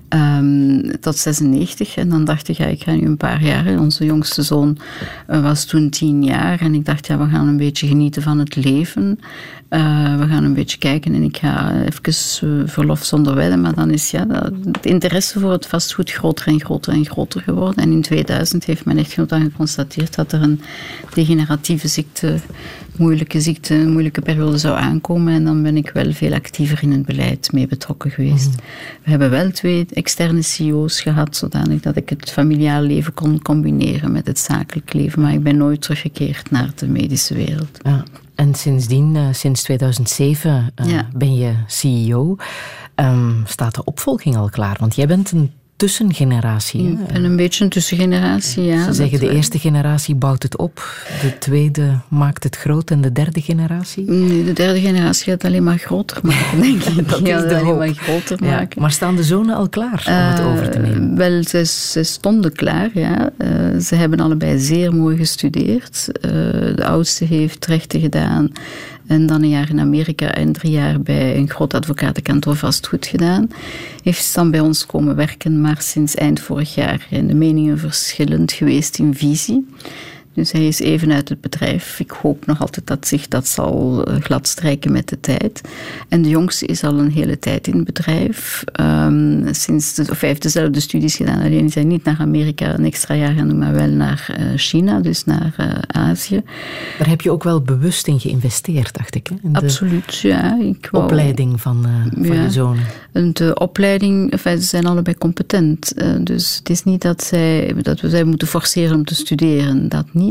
Tot 96. En dan dacht ik ga nu een paar jaar. Onze jongste zoon was toen 10 jaar. En ik dacht, we gaan een beetje genieten van het leven. We gaan een beetje kijken en ik ga even verlof zonder wedden. Maar dan is het interesse voor het vastgoed groter en groter en groter geworden. En in 2000 heeft mijn echtgenoot dan geconstateerd dat er een degeneratieve ziekte, een moeilijke periode zou aankomen. En dan ben ik wel veel actiever in het beleid mee betrokken geweest. We hebben wel 2 externe CEO's gehad, zodanig dat ik het familiaal leven kon combineren met het zakelijk leven. Maar ik ben nooit teruggekeerd naar de medische wereld. Ja. En sindsdien, sinds 2007, ben je CEO. Staat de opvolging al klaar? Want jij bent een tussengeneratie. Ik ben een beetje een tussengeneratie, ja. Ze zeggen de eerste generatie bouwt het op, de tweede maakt het groot en de derde generatie? Nee, de derde generatie gaat alleen maar groter maken, denk ik. Dat is de hoop. Alleen maar groter maken. Maar staan de zonen al klaar om het over te nemen? Wel, ze stonden klaar, ja. Ze hebben allebei zeer mooi gestudeerd. De oudste heeft rechten gedaan en dan een jaar in Amerika en 3 jaar bij een groot advocatenkantoor vastgoed gedaan. Heeft dan bij ons komen werken, maar sinds eind vorig jaar zijn de meningen verschillend geweest in visie. Dus hij is even uit het bedrijf. Ik hoop nog altijd dat zich dat zal gladstrijken met de tijd. En de jongste is al een hele tijd in het bedrijf. Hij heeft dezelfde studies gedaan, alleen is hij niet naar Amerika een extra jaar gaan doen, maar wel naar China, dus naar Azië. Daar heb je ook wel bewust in geïnvesteerd, dacht ik. Hè? In absoluut, ja. Opleiding van je zonen. De opleiding, ze zijn allebei competent. Dus het is niet dat we zij moeten forceren om te studeren, dat niet.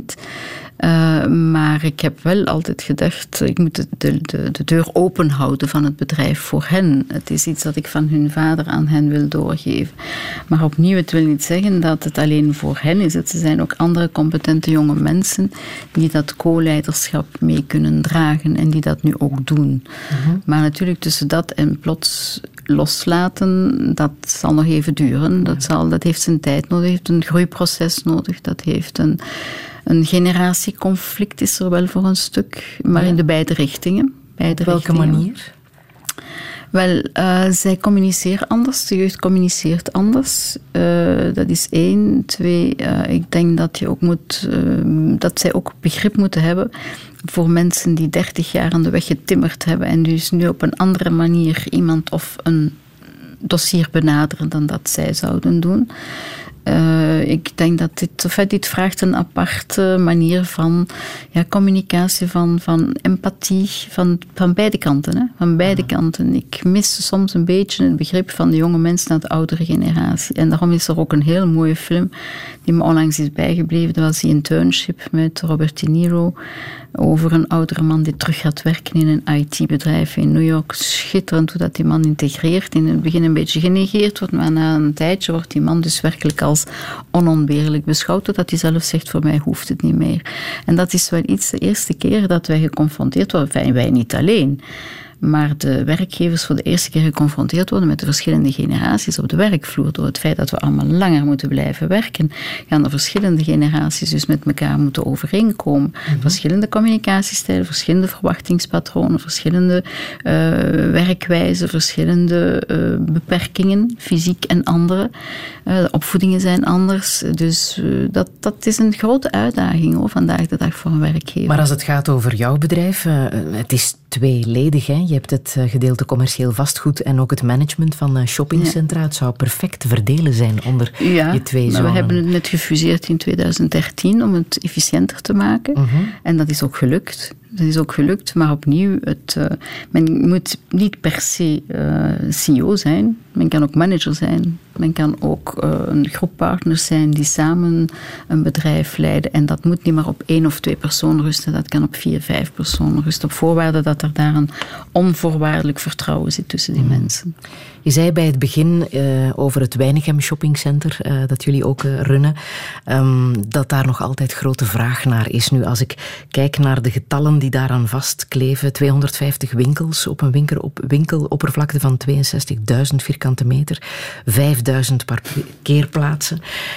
Maar ik heb wel altijd gedacht, ik moet de deur open houden van het bedrijf voor hen. Het is iets dat ik van hun vader aan hen wil doorgeven. Maar opnieuw, het wil niet zeggen dat het alleen voor hen is. Ze zijn ook andere competente jonge mensen die dat co-leiderschap mee kunnen dragen en die dat nu ook doen. Maar natuurlijk tussen dat en plots loslaten, dat zal nog even duren. Dat heeft zijn tijd nodig, heeft een groeiproces nodig, dat heeft een generatieconflict is er wel voor een stuk, maar in de beide richtingen. Op welke manier? Wel, zij communiceren anders, de jeugd communiceert anders. Dat is 1. 2, ik denk dat je ook dat zij ook begrip moeten hebben voor mensen die 30 jaar aan de weg getimmerd hebben en dus nu op een andere manier iemand of een dossier benaderen dan dat zij zouden doen. Ik denk dat dit vraagt een aparte manier van communicatie, van empathie, van beide kanten. Hè? Van beide kanten. Ik mis soms een beetje het begrip van de jonge mensen naar de oudere generatie. En daarom is er ook een heel mooie film die me onlangs is bijgebleven. Dat was die Internship met Robert De Niro over een oudere man die terug gaat werken in een IT-bedrijf in New York. Schitterend hoe dat die man integreert. In het begin een beetje genegeerd wordt, maar na een tijdje wordt die man dus werkelijk als onontbeerlijk beschouwd, totdat hij zelf zegt, voor mij hoeft het niet meer. En dat is wel iets, de eerste keer dat wij geconfronteerd worden, enfin, wij niet alleen, maar de werkgevers voor de eerste keer geconfronteerd worden met de verschillende generaties op de werkvloer. Door het feit dat we allemaal langer moeten blijven werken, gaan de verschillende generaties dus met elkaar moeten overeenkomen. Verschillende communicatiestijlen, verschillende verwachtingspatronen, verschillende werkwijzen, verschillende beperkingen, fysiek en andere. De opvoedingen zijn anders. Dus dat is een grote uitdaging vandaag de dag voor een werkgever. Maar als het gaat over jouw bedrijf, het is tweeledig, hè? Je hebt het gedeelte commercieel vastgoed en ook het management van shoppingcentra. Ja. Het zou perfect te verdelen zijn onder je twee zonen. We hebben het net gefuseerd in 2013 om het efficiënter te maken. En dat is ook gelukt. Maar opnieuw, men moet niet per se CEO zijn. Men kan ook manager zijn. Men kan ook een groep partners zijn die samen een bedrijf leiden. En dat moet niet maar op 1 of 2 personen rusten. Dat kan op 4, 5 personen rusten. Op voorwaarde dat er daar een onvoorwaardelijk vertrouwen zit tussen die mensen. Je zei bij het begin over het Weinigem Shoppingcenter, dat jullie ook runnen, dat daar nog altijd grote vraag naar is. Nu, als ik kijk naar de getallen die daaraan vastkleven, 250 winkels op een winkeloppervlakte van 62.000 vierkante meter, 5.000 parkeerplaatsen.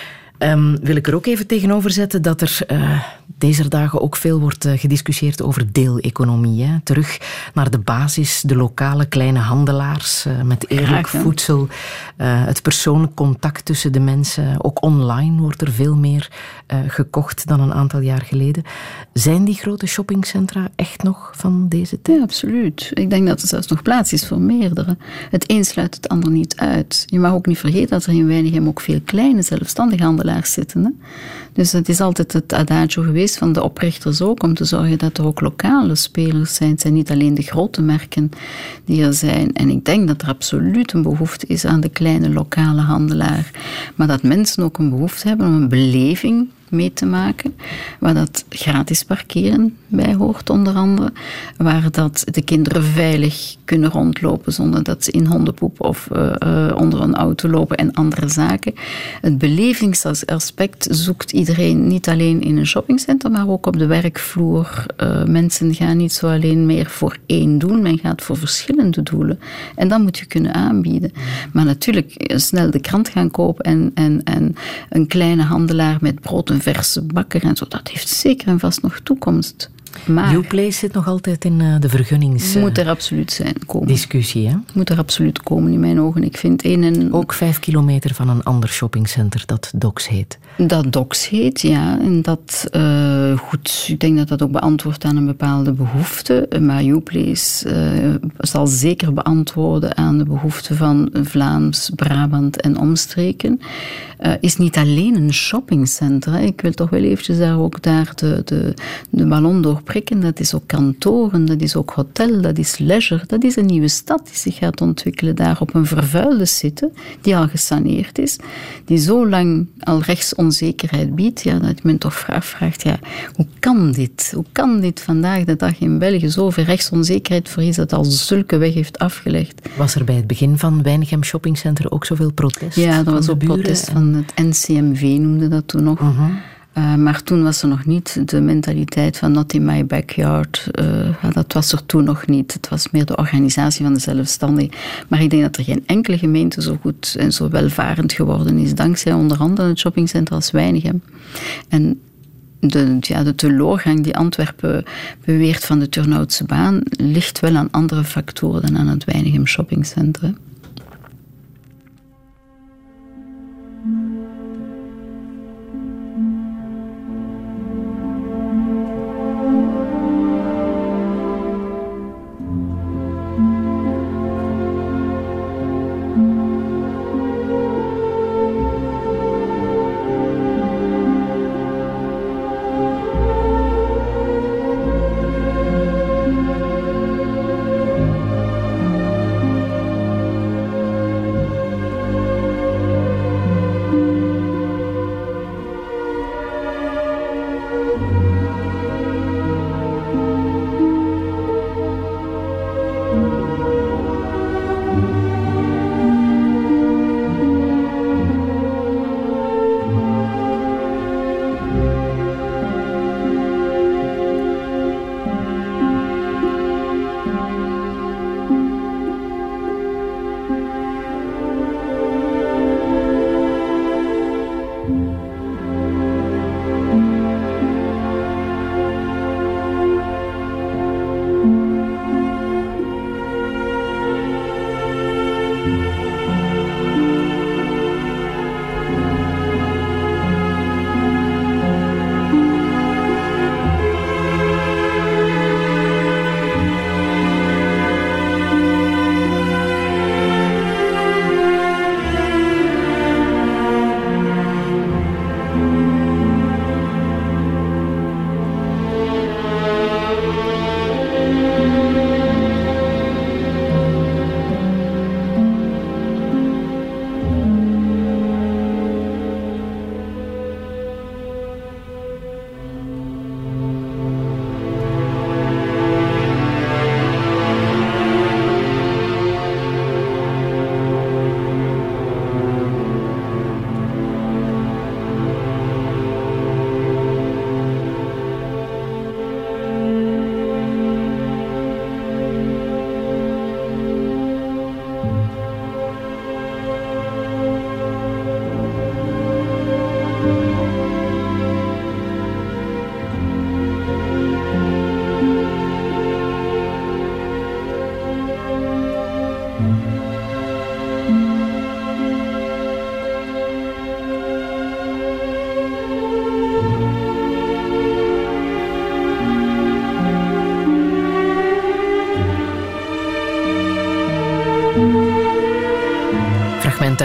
Wil ik er ook even tegenover zetten dat er deze dagen ook veel wordt gediscussieerd over deeleconomie. Hè? Terug naar de basis, de lokale kleine handelaars met eerlijk voedsel, het persoonlijk contact tussen de mensen. Ook online wordt er veel meer gekocht dan een aantal jaar geleden. Zijn die grote shoppingcentra echt nog van deze tijd? Ja, absoluut. Ik denk dat er zelfs nog plaats is voor meerdere. Het een sluit het ander niet uit. Je mag ook niet vergeten dat er in Weinigem ook veel kleine zelfstandige handelaars zitten. Hè? Dus het is altijd het adagio geweest van de oprichters ook, om te zorgen dat er ook lokale spelers zijn. Het zijn niet alleen de grote merken die er zijn. En ik denk dat er absoluut een behoefte is aan de kleine lokale handelaar. Maar dat mensen ook een behoefte hebben om een beleving mee te maken, waar dat gratis parkeren bij hoort onder andere, waar dat de kinderen veilig kunnen rondlopen zonder dat ze in hondenpoep of onder een auto lopen en andere zaken. Het belevingsaspect zoekt iedereen niet alleen in een shoppingcentrum, maar ook op de werkvloer. Mensen gaan niet zo alleen meer voor één doel, men gaat voor verschillende doelen. En dat moet je kunnen aanbieden. Maar natuurlijk, snel de krant gaan kopen en een kleine handelaar met brood en verse bakker en zo, dat heeft zeker en vast nog toekomst. Maar Uplace zit nog altijd in de vergunnings... moet er absoluut komen. Discussie, hè? Moet er absoluut komen in mijn ogen. Ik vind ook 5 kilometer van een ander shoppingcenter dat Docks heet. Dat Docks heet, ja. En dat, goed, ik denk dat dat ook beantwoordt aan een bepaalde behoefte. Maar Uplace zal zeker beantwoorden aan de behoefte van Vlaams, Brabant en omstreken. Is niet alleen een shoppingcenter. Hè. Ik wil toch wel eventjes daar de ballon doorprikken. Dat is ook kantoren, dat is ook hotel, dat is leisure. Dat is een nieuwe stad die zich gaat ontwikkelen daar op een vervuilde site, die al gesaneerd is, die zo lang al rechtsonzekerheid biedt, ja, dat men toch vraagt, ja, hoe kan dit? Hoe kan dit vandaag de dag in België zoveel rechtsonzekerheid voor iets dat al zulke weg heeft afgelegd? Was er bij het begin van Weinigem Shoppingcenter ook zoveel protest? Ja, dat was ook protest van het NCMV, noemde dat toen nog. Maar toen was er nog niet de mentaliteit van not in my backyard. Dat was er toen nog niet. Het was meer de organisatie van de zelfstandigen. Maar ik denk dat er geen enkele gemeente zo goed en zo welvarend geworden is, dankzij onder andere het shoppingcentrum als Weinigem. En de teleurgang die Antwerpen beweert van de Turnhoutse baan ligt wel aan andere factoren dan aan het Weinigem shoppingcentrum.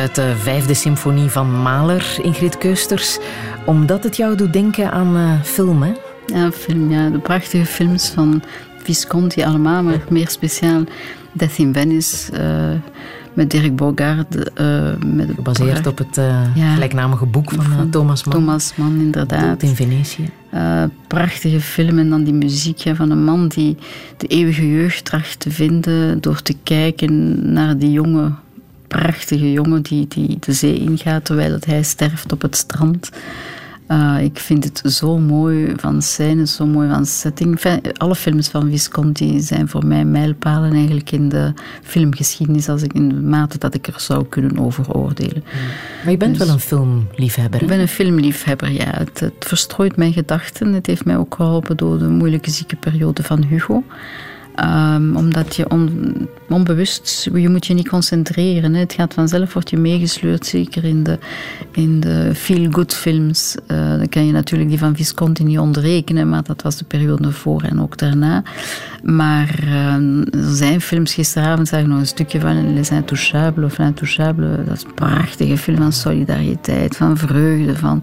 uit de 5e symfonie van Mahler, Ingrid Keusters. Omdat het jou doet denken aan film, hè? Ja, film, ja. De prachtige films van Visconti allemaal, maar meer speciaal Death in Venice... met Dirk Bogarde. Gebaseerd op het gelijknamige boek van Thomas Mann. Thomas Mann, inderdaad. In Venetië. Prachtige film en dan die muziek van een man die de eeuwige jeugd tracht te vinden door te kijken naar die jonge, prachtige jongen die de zee ingaat terwijl hij sterft op het strand. Ik vind het zo mooi van scènes, zo mooi van setting. Alle films van Visconti zijn voor mij mijlpalen eigenlijk in de filmgeschiedenis, als ik in de mate dat ik er zou kunnen over oordelen. Maar je bent wel een filmliefhebber, hè? Ik ben een filmliefhebber, ja. Het verstrooit mijn gedachten. Het heeft mij ook geholpen door de moeilijke ziekeperiode van Hugo. Omdat je onbewust, je moet je niet concentreren. Hè. Het gaat vanzelf, word je meegesleurd, zeker in de feel-good films. Dan kan je natuurlijk die van Visconti niet ontrekenen, maar dat was de periode voor en ook daarna. Maar er zijn films, gisteravond zag ik nog een stukje van Les Intouchables of L'Intouchable. Dat is een prachtige film van solidariteit, van vreugde, van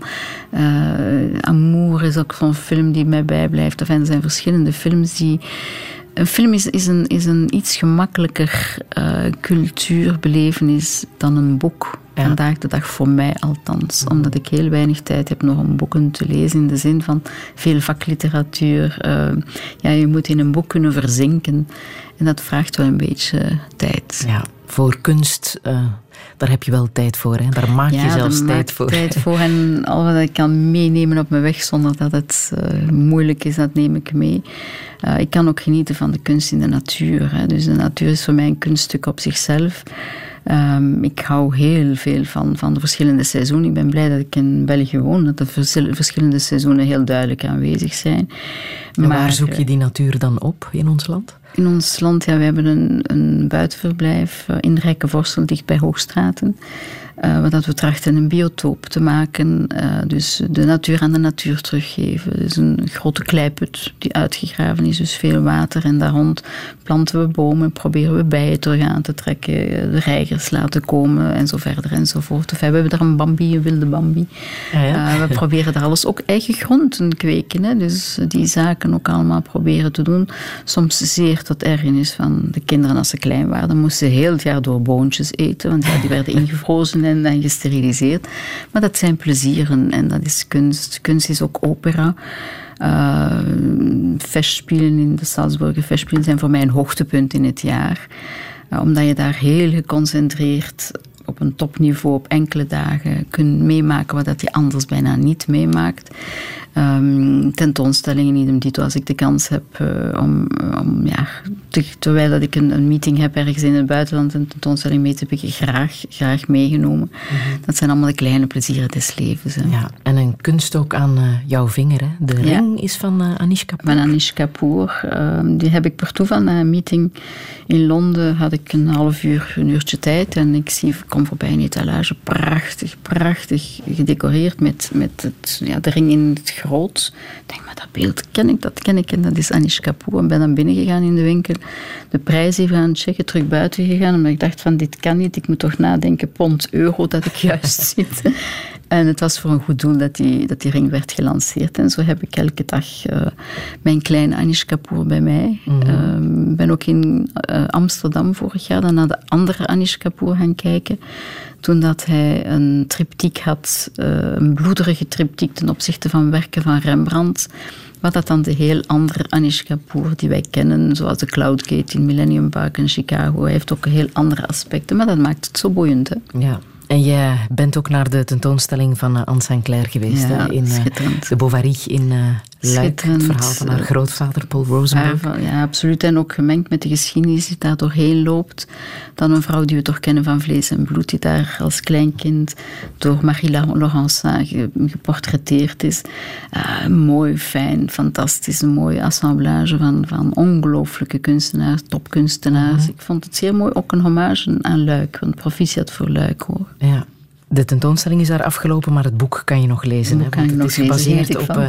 amour is ook zo'n film die mij bijblijft. Enfin, er zijn verschillende films die... Een film is een iets gemakkelijker cultuurbelevenis dan een boek. Ja. Vandaag de dag voor mij althans. Omdat ik heel weinig tijd heb nog om boeken te lezen. In de zin van veel vakliteratuur. Je moet in een boek kunnen verzinken. En dat vraagt wel een beetje tijd. Ja, voor kunst... Daar heb je wel tijd voor, hè? Daar maak je zelfs tijd voor. Tijd voor. En al wat ik kan meenemen op mijn weg zonder dat het moeilijk is, dat neem ik mee. Ik kan ook genieten van de kunst in de natuur. Hè. Dus de natuur is voor mij een kunststuk op zichzelf. Ik hou heel veel van de verschillende seizoenen. Ik ben blij dat ik in België woon, dat de verschillende seizoenen heel duidelijk aanwezig zijn. En waar zoek je die natuur dan op in ons land? In ons land, we hebben een buitenverblijf in Rijkenvorsel, dicht bij Hoogstraten. Waar we trachten een biotoop te maken. Dus de natuur aan de natuur teruggeven. Dus een grote kleiput die uitgegraven is, dus veel water. En daar rond planten we bomen, proberen we bijen terug aan te trekken, de reigers laten komen en zo verder enzovoort. Enfin, we hebben daar een bambi, een wilde bambi. We proberen daar alles ook eigen grond te kweken. Hè? Dus die zaken ook allemaal proberen te doen. Soms zeer tot ergernis van de kinderen als ze klein waren. Dan moesten ze heel het jaar door boontjes eten, want die werden ingevrozen en gesteriliseerd. Maar dat zijn plezieren en dat is kunst. Kunst is ook opera. Festspielen in de Salzburger Festspielen zijn voor mij een hoogtepunt in het jaar. Omdat je daar heel geconcentreerd op een topniveau op enkele dagen kunt meemaken wat je anders bijna niet meemaakt. Tentoonstellingen idem dito, als ik de kans heb terwijl dat ik een meeting heb ergens in het buitenland, een tentoonstelling mee te pikken, graag meegenomen. Mm-hmm. Dat zijn allemaal de kleine plezieren des levens. Hè. Ja, en een kunst ook aan jouw vinger. Hè? De ring is van Anish Kapoor. Van Anish Kapoor. Die heb ik per toeval na een meeting in Londen, had ik een uurtje tijd en ik kom voorbij een etalage, prachtig gedecoreerd met de ring in het groot. Ik denk, maar dat beeld ken ik en dat is Anish Kapoor. Ik ben dan binnengegaan in de winkel, de prijs even gaan checken, terug buiten gegaan, omdat ik dacht van dit kan niet, ik moet toch nadenken, pond, euro, dat ik juist zit. En het was voor een goed doel dat die ring werd gelanceerd. En zo heb ik elke dag mijn kleine Anish Kapoor bij mij. Mm-hmm. Ik ben ook in Amsterdam vorig jaar dan naar de andere Anish Kapoor gaan kijken. Toen dat hij een triptiek had, een bloederige triptiek ten opzichte van werken van Rembrandt. Wat dat dan de heel andere Anish Kapoor die wij kennen, zoals de Cloud Gate in Millennium Park in Chicago. Hij heeft ook heel andere aspecten, maar dat maakt het zo boeiend. Hè? Ja. En jij bent ook naar de tentoonstelling van Anne Sinclair geweest, ja, in de Bovary in Luik. Het verhaal van haar grootvader Paul Rosenberg. Ja, absoluut. En ook gemengd met de geschiedenis die daar doorheen loopt. Dan een vrouw die we toch kennen van vlees en bloed, die daar als kleinkind door Marie Laurencin geportretteerd is. Mooi, fijn, fantastisch, een mooie assemblage van ongelooflijke kunstenaars, topkunstenaars. Mm-hmm. Ik vond het zeer mooi, ook een hommage aan Luik, want proficiat voor Luik, hoor. Ja. De tentoonstelling is daar afgelopen, maar het boek kan je nog lezen. Hè? Want het is gebaseerd op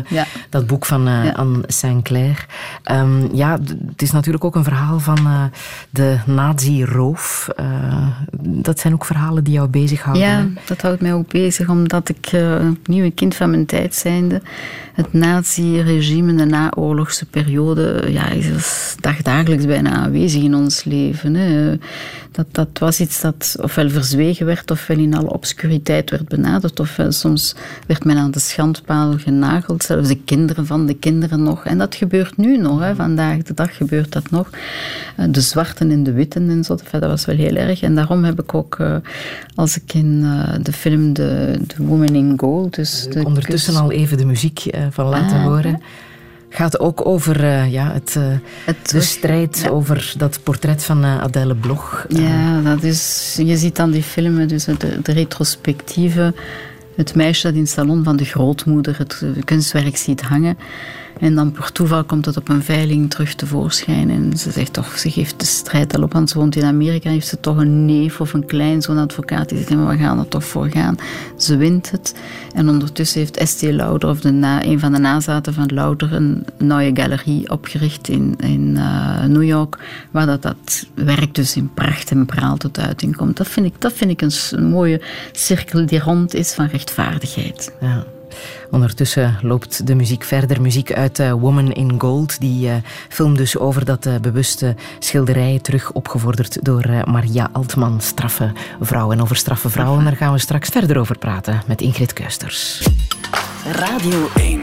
Dat boek van Anne Sinclair. Het is natuurlijk ook een verhaal van de nazi-roof. Dat zijn ook verhalen die jou bezighouden. Ja, dat houdt mij ook bezig, omdat ik opnieuw een kind van mijn tijd zijnde. Het nazi-regime, de naoorlogse periode, is dagdagelijks bijna aanwezig in ons leven. Hè. Dat was iets dat ofwel verzwegen werd, ofwel in alle obscuriteit werd benaderd, ofwel soms werd men aan de schandpaal genageld, zelfs de kinderen van de kinderen nog. En dat gebeurt nu nog, hè. Vandaag de dag gebeurt dat nog. De zwarten en de witten en zo, dat was wel heel erg. En daarom heb ik ook, als ik in de film The Woman in Gold... Dus ondertussen al even de muziek van laten horen. Gaat ook over de strijd over dat portret van Adèle Bloch. Ja, dat is, je ziet dan die filmen, dus de retrospectieve, het meisje dat in het salon van de grootmoeder het kunstwerk ziet hangen. En dan per toeval komt het op een veiling terug tevoorschijn. En ze zegt toch, ze geeft de strijd al op, want ze woont in Amerika. Heeft ze toch een neef of een kleinzoon advocaat die zegt, maar we gaan er toch voor gaan. Ze wint het. En ondertussen heeft Estée Lauder, of een van de nazaten van Lauder, een nieuwe galerie opgericht in New York, waar dat werk dus in pracht en praal tot uiting komt. Dat vind ik een mooie cirkel die rond is van rechtvaardigheid. Ja. Ondertussen loopt de muziek verder. Muziek uit Woman in Gold. Die film dus over dat bewuste schilderij, terug opgevorderd door Maria Altman. Straffe vrouwen. En over straffe vrouwen, daar gaan we straks verder over praten met Ingrid Keusters. Radio 1.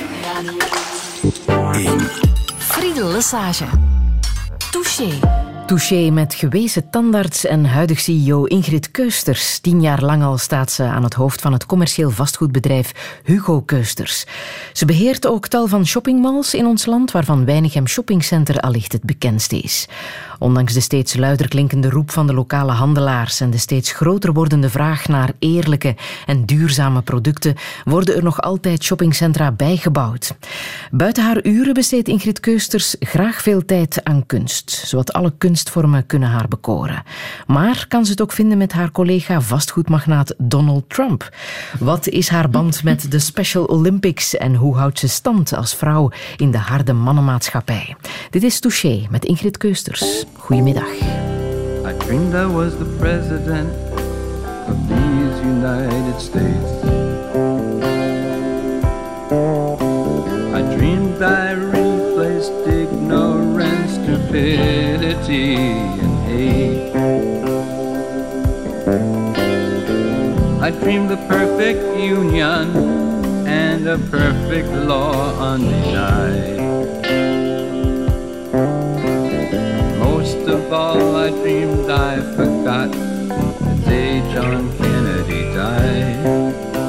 Friedel Lesage. Touché. Touché met gewezen tandarts en huidig CEO Ingrid Keusters. 10 jaar lang al staat ze aan het hoofd van het commercieel vastgoedbedrijf Hugo Keusters. Ze beheert ook tal van shoppingmalls in ons land, waarvan Weinigem Shoppingcenter allicht het bekendste is. Ondanks de steeds luider klinkende roep van de lokale handelaars en de steeds groter wordende vraag naar eerlijke en duurzame producten, worden er nog altijd shoppingcentra bijgebouwd. Buiten haar uren besteedt Ingrid Keusters graag veel tijd aan kunst. Zowat alle kunstvormen kunnen haar bekoren. Maar kan ze het ook vinden met haar collega vastgoedmagnaat Donald Trump? Wat is haar band met de Special Olympics en hoe houdt ze stand als vrouw in de harde mannenmaatschappij? Dit is Touché met Ingrid Keusters. Goedemiddag. I dreamed I was the president of these United States. I dreamed I replaced ignorance, stupidity, and hate. I dreamed the perfect union and a perfect law undenied. Most of all, I dreamed I forgot the day John Kennedy died.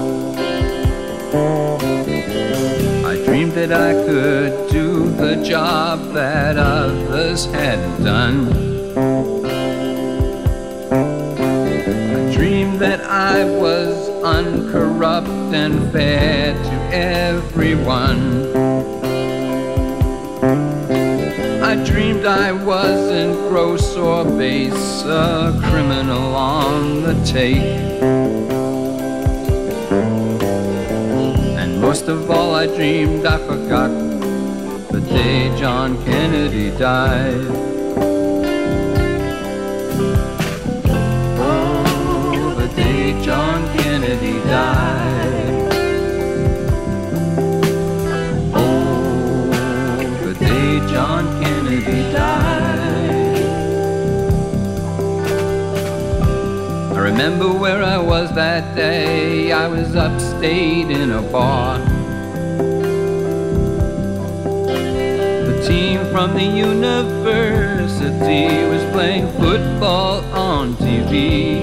I dreamed that I could do the job that others hadn't done. I dreamed that I was uncorrupt and fair to everyone. I dreamed I wasn't gross or base, a criminal on the take. And most of all, I dreamed I forgot the day John Kennedy died. Oh, the day John Kennedy died. Oh, the day John Kennedy died. I remember where I was that day. I was upstate in a bar. The team from the university was playing football on TV.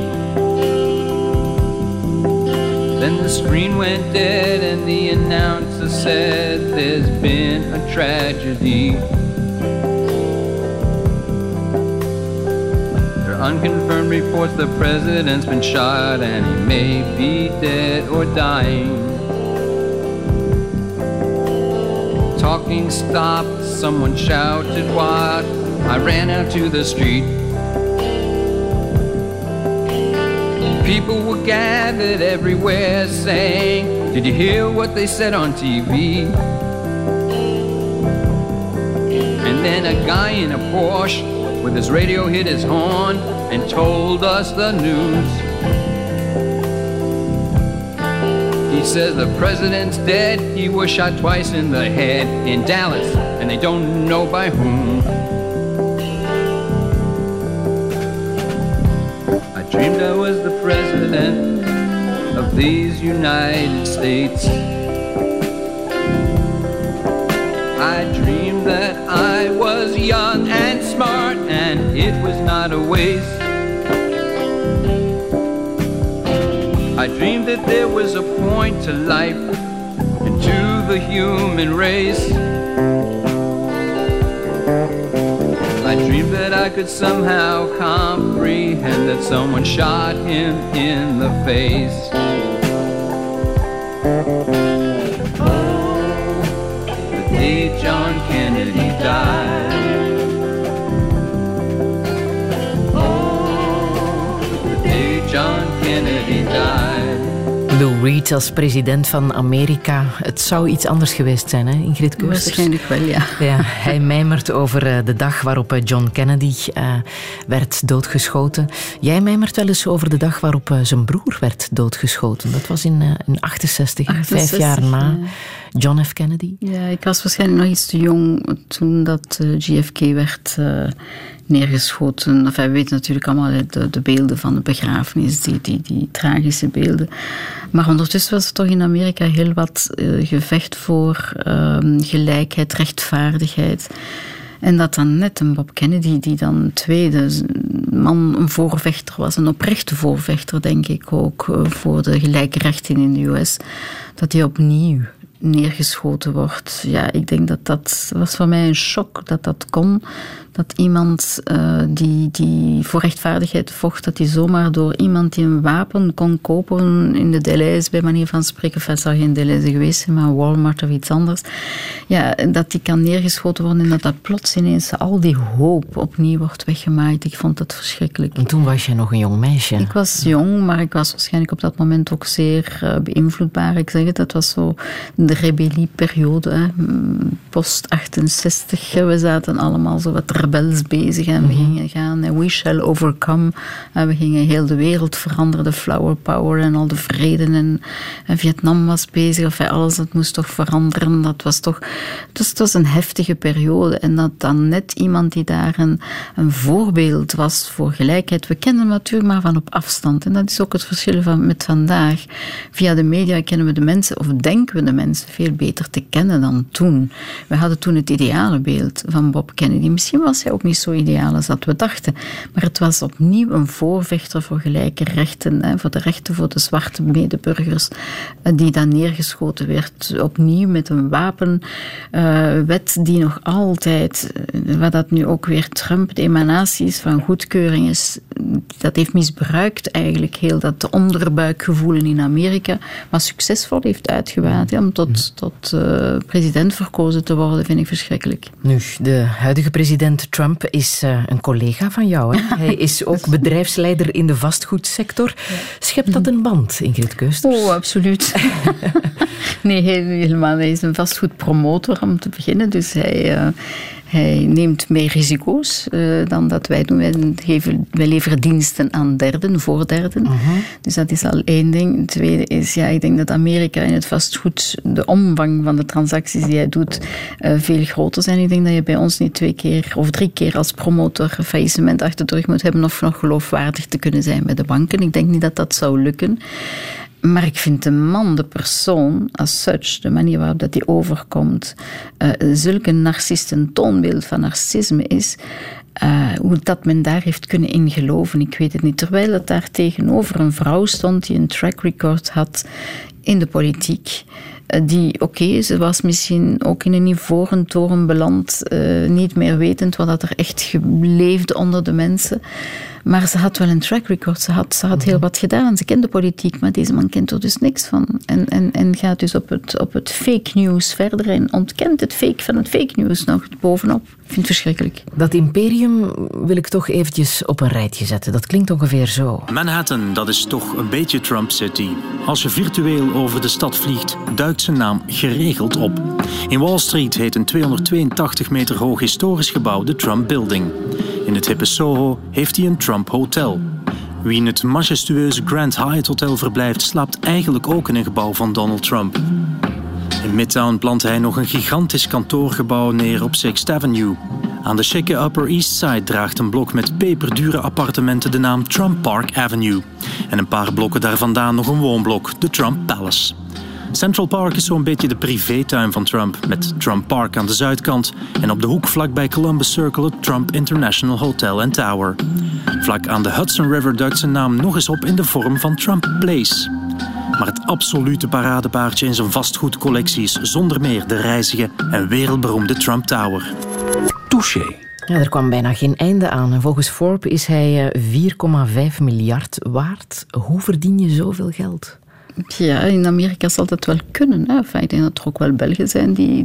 Then the screen went dead and the announcer said there's been a tragedy. There are unconfirmed reports the president's been shot and he may be dead or dying. Talking stopped, someone shouted what? I ran out to the street. People were gathered everywhere saying, did you hear what they said on TV? And then a guy in a Porsche with his radio hit his horn and told us the news. He says the president's dead, he was shot twice in the head in Dallas, and they don't know by whom. I dreamed I was the president of these United States. I dreamed that I was young and smart, and it was not a waste. I dreamed that there was a point to life and to the human race. I dreamed that I could somehow comprehend that someone shot him in the face. Oh, the day John Kennedy died. Oh, the day John Kennedy died. Lou Reed als president van Amerika. Het zou iets anders geweest zijn, hè, Ingrid Keusters? Waarschijnlijk wel, ja. Ja, hij mijmert over de dag waarop John Kennedy werd doodgeschoten. Jij mijmert wel eens over de dag waarop zijn broer werd doodgeschoten. Dat was in 68, 5 jaar na John F. Kennedy. Ja, ik was waarschijnlijk nog iets te jong toen dat JFK werd neergeschoten. Enfin, we weten natuurlijk allemaal de beelden van de begrafenis, die tragische beelden. Maar ondertussen was er toch in Amerika heel wat gevecht voor gelijkheid, rechtvaardigheid. En dat dan net een Bob Kennedy, die dan tweede man een voorvechter was, een oprechte voorvechter, denk ik ook, voor de gelijke rechten in de US, dat hij opnieuw neergeschoten wordt. Ja, ik denk dat was voor mij een shock dat kon. Dat iemand die voor rechtvaardigheid vocht, dat hij zomaar door iemand die een wapen kon kopen in de Deleuze, bij manier van spreken, of het zou geen Deleuze geweest zijn, maar Walmart of iets anders, ja, dat die kan neergeschoten worden en dat plots ineens al die hoop opnieuw wordt weggemaaid. Ik vond dat verschrikkelijk. En toen was je nog een jong meisje. Ik was jong, maar ik was waarschijnlijk op dat moment ook zeer beïnvloedbaar. Ik zeg het, dat was zo de rebellieperiode, post 68. We zaten allemaal zo wat rebels bezig en we gingen gaan, we shall overcome. En we gingen heel de wereld veranderen, de flower power en al de vrede. En Vietnam was bezig, of alles, dat moest toch veranderen. Dat was toch, het was een heftige periode. En dat dan net iemand die daar een voorbeeld was voor gelijkheid. We kennen hem natuurlijk maar van op afstand. En dat is ook het verschil met vandaag. Via de media kennen we de mensen, of denken we de mensen veel beter te kennen dan toen. We hadden toen het ideale beeld van Bob Kennedy. Misschien was hij ook niet zo ideaal als dat we dachten. Maar het was opnieuw een voorvechter voor gelijke rechten, voor de rechten voor de zwarte medeburgers, die dan neergeschoten werd. Opnieuw met een wapenwet die nog altijd, wat dat nu ook weer Trump, de emanatie is van goedkeuring is, dat heeft misbruikt eigenlijk heel dat onderbuikgevoel in Amerika, maar succesvol heeft uitgewaad om tot president verkozen te worden, vind ik verschrikkelijk. Nu, de huidige president Trump is een collega van jou. Hè? Hij is ook bedrijfsleider in de vastgoedsector. Schept dat een band, Ingrid Keusters? Oh, absoluut. Nee, helemaal. Hij is een vastgoedpromotor om te beginnen. Dus hij neemt meer risico's dan dat wij doen. Wij leveren diensten aan derden, voor derden. Dus dat is al één ding. Het tweede is, ik denk dat Amerika in het vastgoed, de omvang van de transacties die hij doet, veel groter zijn. Ik denk dat je bij ons niet 2 keer of 3 keer als promotor een faillissement achter de rug moet hebben of nog geloofwaardig te kunnen zijn bij de banken. Ik denk niet dat dat zou lukken. Maar ik vind de man, de persoon, as such, de manier waarop dat hij overkomt, zulke narcist, een toonbeeld van narcisme is, hoe dat men daar heeft kunnen in geloven, ik weet het niet. Terwijl het daar tegenover een vrouw stond die een track record had in de politiek, die, ze was misschien ook in een ivoren toren beland, niet meer wetend wat dat er echt leefde onder de mensen. Maar ze had wel een track record, ze had heel wat gedaan. Ze kende politiek, maar deze man kent er dus niks van. En gaat dus op het fake news verder en ontkent het fake van het fake news nog bovenop. Ik vind het verschrikkelijk. Dat imperium wil ik toch eventjes op een rijtje zetten. Dat klinkt ongeveer zo. Manhattan, dat is toch een beetje Trump City. Als je virtueel over de stad vliegt, duikt gebruikt zijn naam geregeld op. In Wall Street heet een 282 meter hoog historisch gebouw de Trump Building. In het hippe Soho heeft hij een Trump Hotel. Wie in het majestueuze Grand Hyatt Hotel verblijft, slaapt eigenlijk ook in een gebouw van Donald Trump. In Midtown plant hij nog een gigantisch kantoorgebouw neer op 6th Avenue. Aan de chique Upper East Side draagt een blok met peperdure appartementen de naam Trump Park Avenue. En een paar blokken daar vandaan nog een woonblok, de Trump Palace. Central Park is zo'n beetje de privétuin van Trump, met Trump Park aan de zuidkant en op de hoek vlakbij Columbus Circle het Trump International Hotel and Tower. Vlak aan de Hudson River duikt zijn naam nog eens op in de vorm van Trump Place. Maar het absolute paradepaardje in zijn vastgoedcollectie is zonder meer de rijzige en wereldberoemde Trump Tower. Touché. Ja, er kwam bijna geen einde aan. En volgens Forbes is hij 4,5 miljard waard. Hoe verdien je zoveel geld? Ja, in Amerika zal dat wel kunnen. Hè. Enfin, ik denk dat er ook wel Belgen zijn die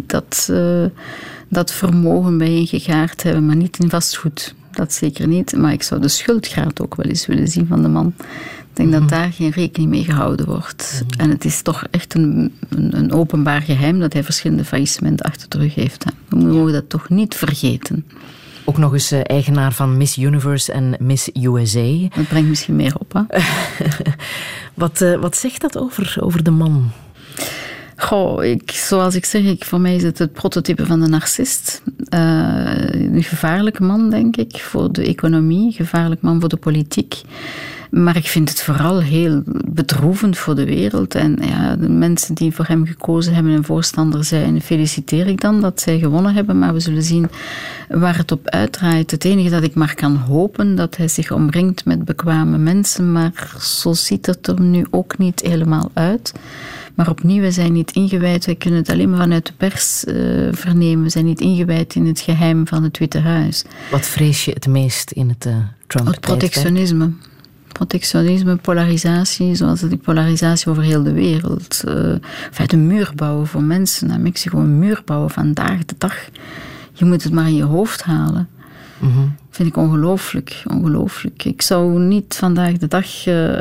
dat vermogen bijeengegaard hebben, maar niet in vastgoed. Dat zeker niet. Maar ik zou de schuldgraad ook wel eens willen zien van de man. Ik denk dat daar geen rekening mee gehouden wordt. En het is toch echt een openbaar geheim dat hij verschillende faillissementen achter de rug heeft. Hè. We mogen dat toch niet vergeten. Ook nog eens eigenaar van Miss Universe en Miss USA. Dat brengt misschien meer op, hè? Wat zegt dat over de man? Goh, zoals ik zeg, voor mij is het prototype van de narcist. Een gevaarlijke man, denk ik, voor de economie. Gevaarlijk man voor de politiek. Maar ik vind het vooral heel bedroevend voor de wereld. En ja, de mensen die voor hem gekozen hebben en voorstander zijn, feliciteer ik dan dat zij gewonnen hebben. Maar we zullen zien waar het op uitdraait. Het enige dat ik maar kan hopen, dat hij zich omringt met bekwame mensen. Maar zo ziet het er nu ook niet helemaal uit. Maar opnieuw, we zijn niet ingewijd. Wij kunnen het alleen maar vanuit de pers vernemen. We zijn niet ingewijd in het geheim van het Witte Huis. Wat vrees je het meest in het Trump-tijdperk? Het protectionisme. Protectionisme, polarisatie, zoals die polarisatie over heel de wereld. Een muur bouwen voor mensen naar Mexico, een muur bouwen vandaag de dag. Je moet het maar in je hoofd halen. Vind ik ongelooflijk, ongelooflijk. Ik zou niet vandaag de dag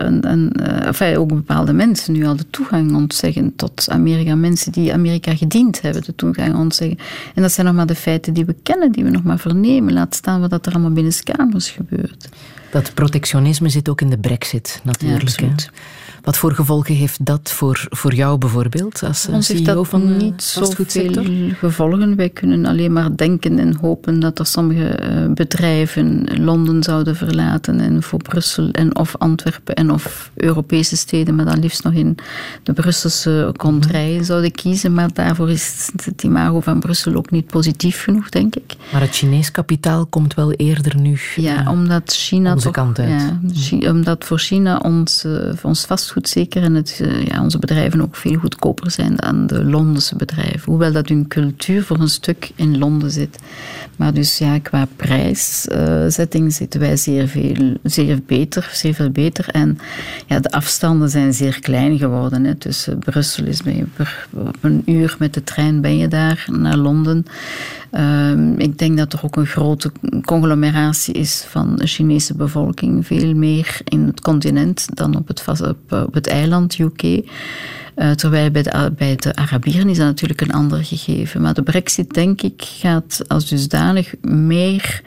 ook bepaalde mensen nu al de toegang ontzeggen tot Amerika. Mensen die Amerika gediend hebben, de toegang ontzeggen. En dat zijn nog maar de feiten die we kennen, die we nog maar vernemen. Laat staan wat er allemaal binnenskamers gebeurt. Dat protectionisme zit ook in de Brexit, natuurlijk. Ja, wat voor gevolgen heeft dat voor jou bijvoorbeeld, als CEO van de niet zoveel gevolgen. Wij kunnen alleen maar denken en hopen dat er sommige bedrijven Londen zouden verlaten en voor Brussel en of Antwerpen en of Europese steden, maar dan liefst nog in de Brusselse kontrijen zouden kiezen. Maar daarvoor is het imago van Brussel ook niet positief genoeg, denk ik. Maar het Chinees kapitaal komt wel eerder nu omdat China onze kant uit. Ja, omdat voor China ons vastgoed zeker en onze bedrijven ook veel goedkoper zijn dan de Londense bedrijven. Hoewel dat hun cultuur voor een stuk in Londen zit. Maar dus qua prijszetting zitten wij zeer veel beter. En de afstanden zijn zeer klein geworden. Hè. Tussen Brussel op een uur met de trein ben je daar naar Londen. Ik denk dat er ook een grote conglomeratie is van de Chinese bevolking. Veel meer in het continent dan op het eiland UK. Terwijl bij de Arabieren is dat natuurlijk een ander gegeven. Maar de Brexit, denk ik, gaat als dusdanig meer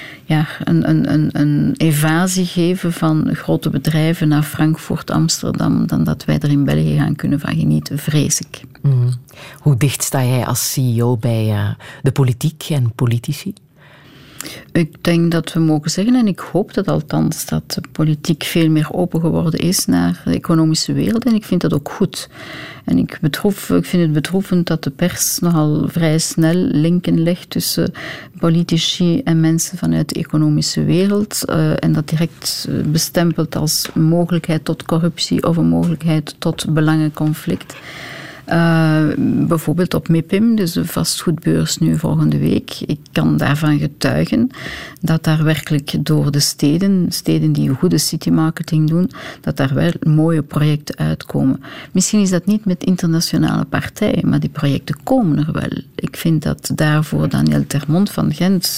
een evasie geven van grote bedrijven naar Frankfurt, Amsterdam, dan dat wij er in België gaan kunnen van genieten, vrees ik. Hoe dicht sta jij als CEO bij de politiek en politici? Ik denk dat we mogen zeggen, en ik hoop dat althans, dat de politiek veel meer open geworden is naar de economische wereld. En ik vind dat ook goed. En ik vind het bedroevend dat de pers nogal vrij snel linken legt tussen politici en mensen vanuit de economische wereld. En dat direct bestempelt als mogelijkheid tot corruptie of een mogelijkheid tot belangenconflict. Bijvoorbeeld op MIPIM, dus de vastgoedbeurs nu volgende week. Ik kan daarvan getuigen dat daar werkelijk door de steden die goede citymarketing doen, dat daar wel mooie projecten uitkomen. Misschien is dat niet met internationale partijen, maar die projecten komen er wel. Ik vind dat daarvoor Daniel Termont van Gent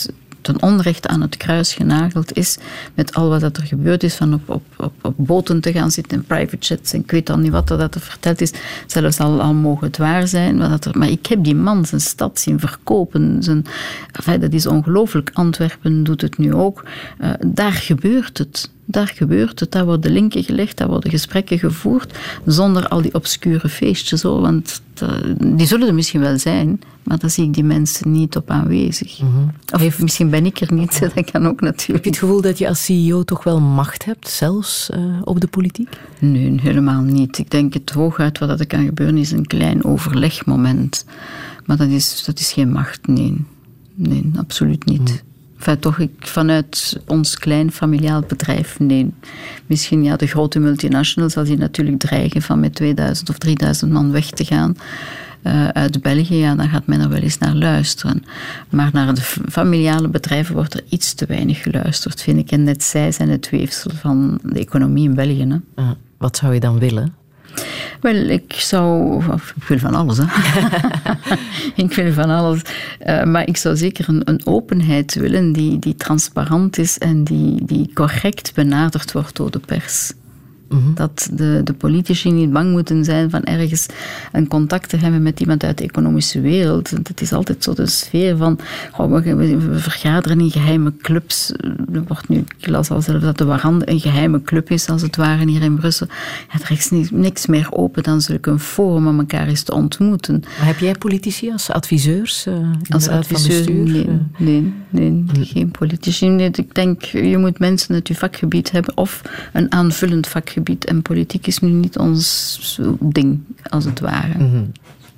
ten onrechte aan het kruis genageld is met al wat er gebeurd is, van op boten te gaan zitten, in private jets, en ik weet al niet wat dat er verteld is, zelfs al mogen het waar zijn. Maar ik heb die man zijn stad zien verkopen. Dat is ongelooflijk. Antwerpen doet het nu ook. Daar gebeurt het. Daar worden linken gelegd, daar worden gesprekken gevoerd, zonder al die obscure feestjes. Hoor. Want die zullen er misschien wel zijn, maar daar zie ik die mensen niet op aanwezig. Mm-hmm. Of misschien ben ik er niet, dat kan ook natuurlijk. Heb je het gevoel dat je als CEO toch wel macht hebt, zelfs op de politiek? Nee, helemaal niet. Ik denk het hooguit wat er kan gebeuren is een klein overlegmoment. Maar dat is geen macht, nee. Nee, absoluut niet. Enfin, toch, vanuit ons klein familiaal bedrijf, nee. Misschien de grote multinationals, als die natuurlijk dreigen van met 2000 of 3000 man weg te gaan uit België, dan gaat men er wel eens naar luisteren. Maar naar de familiale bedrijven wordt er iets te weinig geluisterd, vind ik. En net zij zijn het weefsel van de economie in België. Hè. Wat zou je dan willen? Wel, ik wil van alles. Hè. Ik wil van alles. Maar ik zou zeker een openheid willen die transparant is en die correct benaderd wordt door de pers. Mm-hmm. Dat de politici niet bang moeten zijn van ergens een contact te hebben met iemand uit de economische wereld. Het is altijd zo de sfeer van we vergaderen in geheime clubs. Ik las al zelf dat de Warande een geheime club is, als het ware, hier in Brussel. Ja, er is niks meer open dan zulke een forum om elkaar eens te ontmoeten. Maar heb jij politici als adviseurs? Als adviseurs? Nee, geen politici. Nee, ik denk, je moet mensen uit je vakgebied hebben of een aanvullend vakgebied. En politiek is nu niet ons ding, als het ware. Mm-hmm.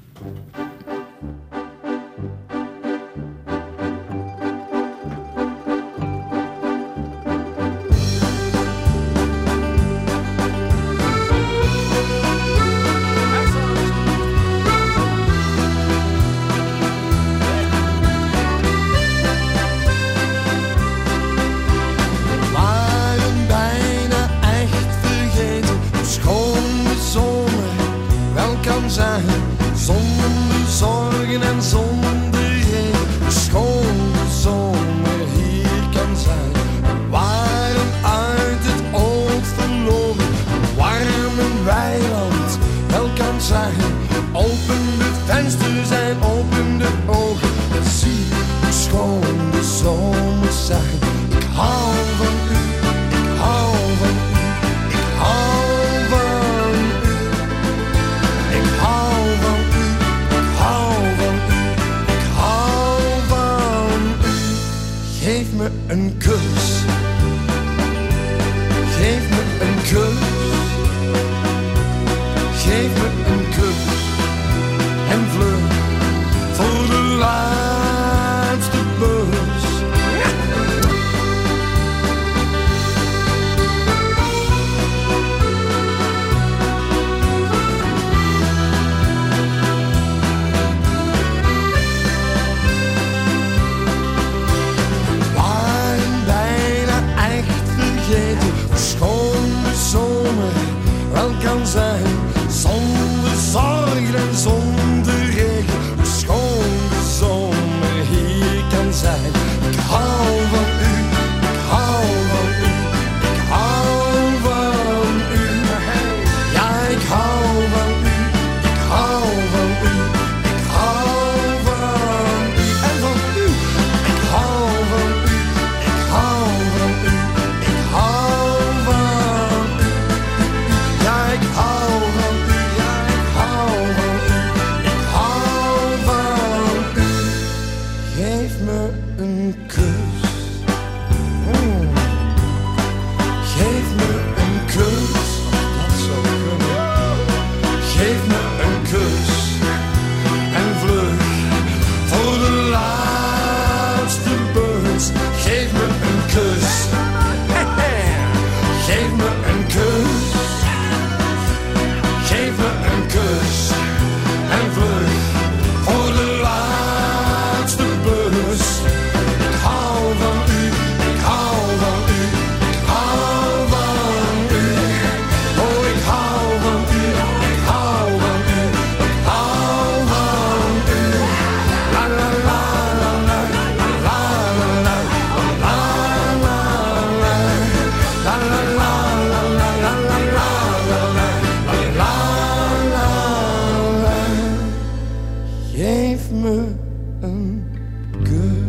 Zonder zorgen en zonder reden, schoon de zomer hier kan zijn. We waren uit het oog verloren, warm een weiland wel kan zijn. Open de vensters en open de ogen, en zie hoe schoon de zomer zijn. Ik hou van u, ik hou van u, ik hou van u, ik hou van u, ik hou van u, ik hou van u. Geef me een kus, geef me een kus, geef me een kus en vlug voor de laatste bus. Waren bijna geef me een kus.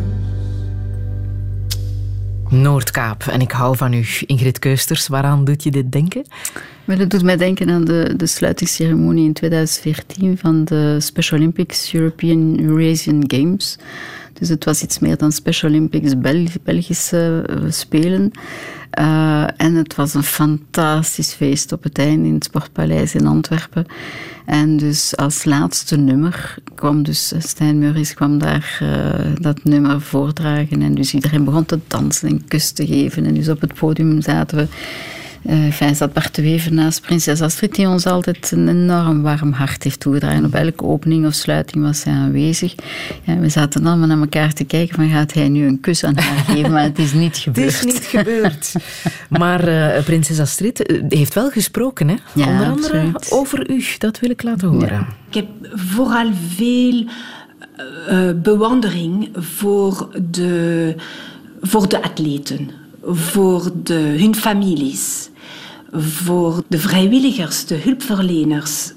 Noordkaap en ik hou van u. Ingrid Keusters, waaraan doet je dit denken? Maar dat doet mij denken aan de sluitingsceremonie in 2014 van de Special Olympics European Eurasian Games. Dus het was iets meer dan Special Olympics Belgische Spelen. En het was een fantastisch feest op het einde in het Sportpaleis in Antwerpen. En dus als laatste nummer kwam dus Stijn Meuris kwam daar dat nummer voordragen. En dus iedereen begon te dansen en kus te geven. En dus op het podium zaten we... zat Bart de Wever naast prinses Astrid, die ons altijd een enorm warm hart heeft toegedragen. Op elke opening of sluiting was zij aanwezig. Ja, we zaten allemaal naar elkaar te kijken van gaat hij nu een kus aan haar geven, maar het is niet gebeurd. Het is niet gebeurd. Maar prinses Astrid heeft wel gesproken, hè? Ja, onder andere absoluut. Over u. Dat wil ik laten horen. Ik heb vooral veel bewondering voor de atleten, voor hun families, voor de vrijwilligers, de hulpverleners.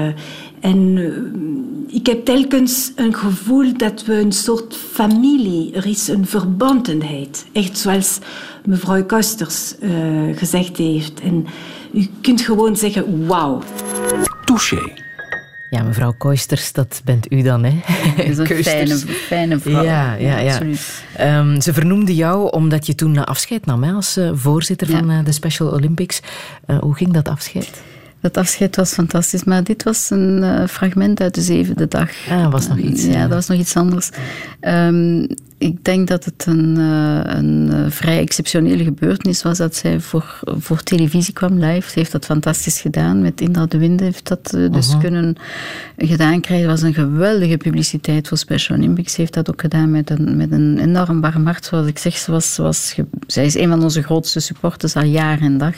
Ik heb telkens een gevoel dat we een soort familie, er is een verbondenheid. Echt zoals mevrouw Keusters gezegd heeft. En u kunt gewoon zeggen, wauw. Touché. Ja, mevrouw Keusters, dat bent u dan, hè? Dat is een fijne vrouw. Ja. Absoluut. Ze vernoemde jou omdat je toen afscheid nam, hè, als voorzitter van de Special Olympics. Hoe ging dat afscheid? Dat afscheid was fantastisch, maar dit was een fragment uit de zevende dag. Ah, was nog iets. Ja, dat was nog iets anders. Ik denk dat het een vrij exceptionele gebeurtenis was dat zij voor televisie kwam live. Ze heeft dat fantastisch gedaan. Met Indra de Winde heeft dat dus kunnen gedaan krijgen. Het was een geweldige publiciteit voor Special Olympics. Ze heeft dat ook gedaan met een enorm warm hart. Zoals ik zeg, zij is een van onze grootste supporters al jaar en dag.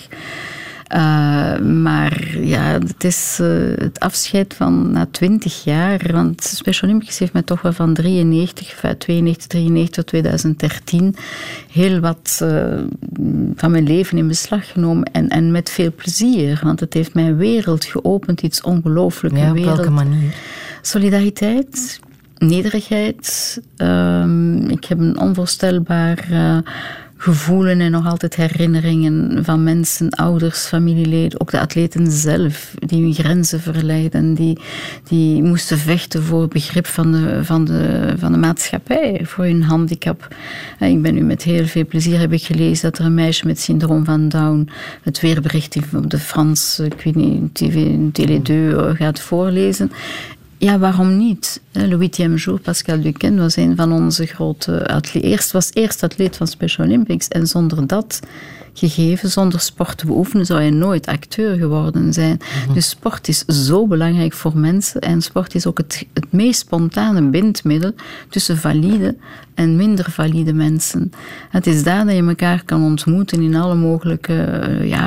Maar ja, het is het afscheid van na 20 jaar. Want Special Olympics heeft mij toch wel van 92 tot 2013 heel wat van mijn leven in beslag genomen. En met veel plezier. Want het heeft mijn wereld geopend. Iets ongelooflijks. Ja, op welke manier? Solidariteit, nederigheid. Ik heb een onvoorstelbaar... gevoelen en nog altijd herinneringen van mensen, ouders, familieleden, ook de atleten zelf, die hun grenzen verlegden, die moesten vechten voor begrip van de maatschappij, voor hun handicap. Ik ben nu met heel veel plezier heb ik gelezen dat er een meisje met syndroom van Down het weerbericht op de Frans, ik weet niet, Télé2 gaat voorlezen. Ja, waarom niet? Le 8e jour, Pascal Duquesne was een van onze grote atleten. Was eerst atleet van Special Olympics. En zonder dat gegeven, zonder sport te beoefenen, zou je nooit acteur geworden zijn. Dus sport is zo belangrijk voor mensen. En sport is ook het meest spontane bindmiddel tussen valide en minder valide mensen. Het is daar dat je elkaar kan ontmoeten in alle mogelijke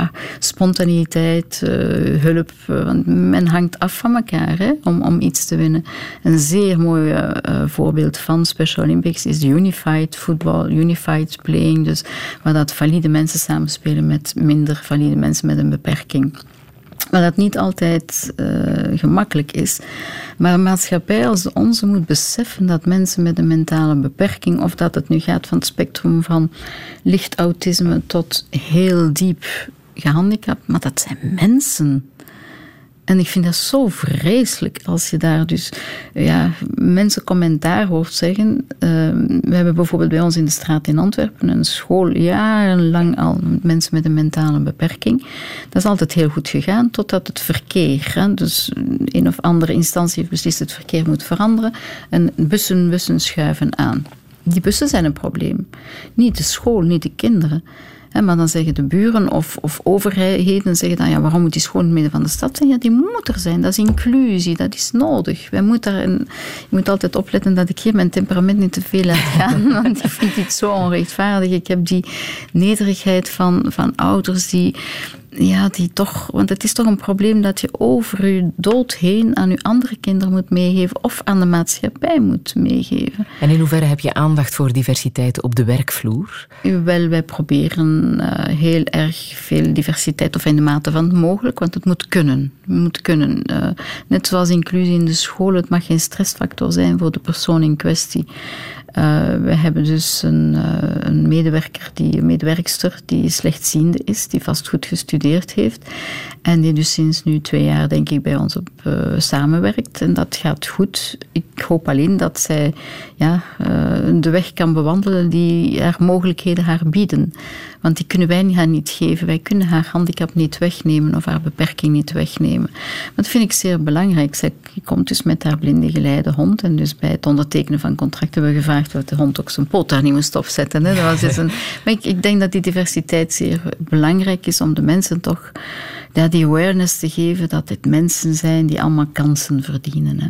spontaniteit, hulp. Want men hangt af van elkaar om iets te winnen. Een zeer mooi voorbeeld van Special Olympics is de Unified Football, Unified Playing. Dus waar dat valide mensen samenspelen met minder valide mensen met een beperking. Maar dat niet altijd gemakkelijk is. Maar een maatschappij als de onze moet beseffen dat mensen met een mentale beperking, of dat het nu gaat van het spectrum van licht autisme tot heel diep gehandicapt, maar dat zijn mensen. En ik vind dat zo vreselijk als je daar dus mensen commentaar hoort zeggen. We hebben bijvoorbeeld bij ons in de straat in Antwerpen een school, jarenlang al mensen met een mentale beperking. Dat is altijd heel goed gegaan, totdat het verkeer, dus een of andere instantie heeft beslist het verkeer moet veranderen en bussen schuiven aan. Die bussen zijn een probleem. Niet de school, niet de kinderen. Maar dan zeggen de buren of overheden zeggen dan, ja, waarom moet die school in het midden van de stad zijn? Ja, die moet er zijn. Dat is inclusie, dat is nodig. Je moet altijd opletten dat ik hier mijn temperament niet te veel laat gaan, want ik vind het zo onrechtvaardig. Ik heb die nederigheid van ouders die ja, die toch... Want het is toch een probleem dat je over je dood heen aan je andere kinderen moet meegeven of aan de maatschappij moet meegeven. En in hoeverre heb je aandacht voor diversiteit op de werkvloer? Wel, wij proberen heel erg veel diversiteit, of in de mate van het mogelijk, want het moet kunnen. Het moet kunnen. Net zoals inclusie in de school, het mag geen stressfactor zijn voor de persoon in kwestie. We hebben dus een medewerkster die slechtziende is, die vast goed gestudeerd heeft en die dus sinds nu 2 jaar, denk ik, bij ons samenwerkt. En dat gaat goed. Ik hoop alleen dat zij de weg kan bewandelen die haar mogelijkheden haar bieden. Want die kunnen wij haar niet geven. Wij kunnen haar handicap niet wegnemen of haar beperking niet wegnemen. Maar dat vind ik zeer belangrijk. Zij komt dus met haar blinde geleide hond en dus bij het ondertekenen van contracten hebben we gevraagd dat de hond ook zijn poot daar niet moest opzetten. Hè. Dat was dus maar ik denk dat die diversiteit zeer belangrijk is om de mensen toch die awareness te geven dat dit mensen zijn die allemaal kansen verdienen. Hè.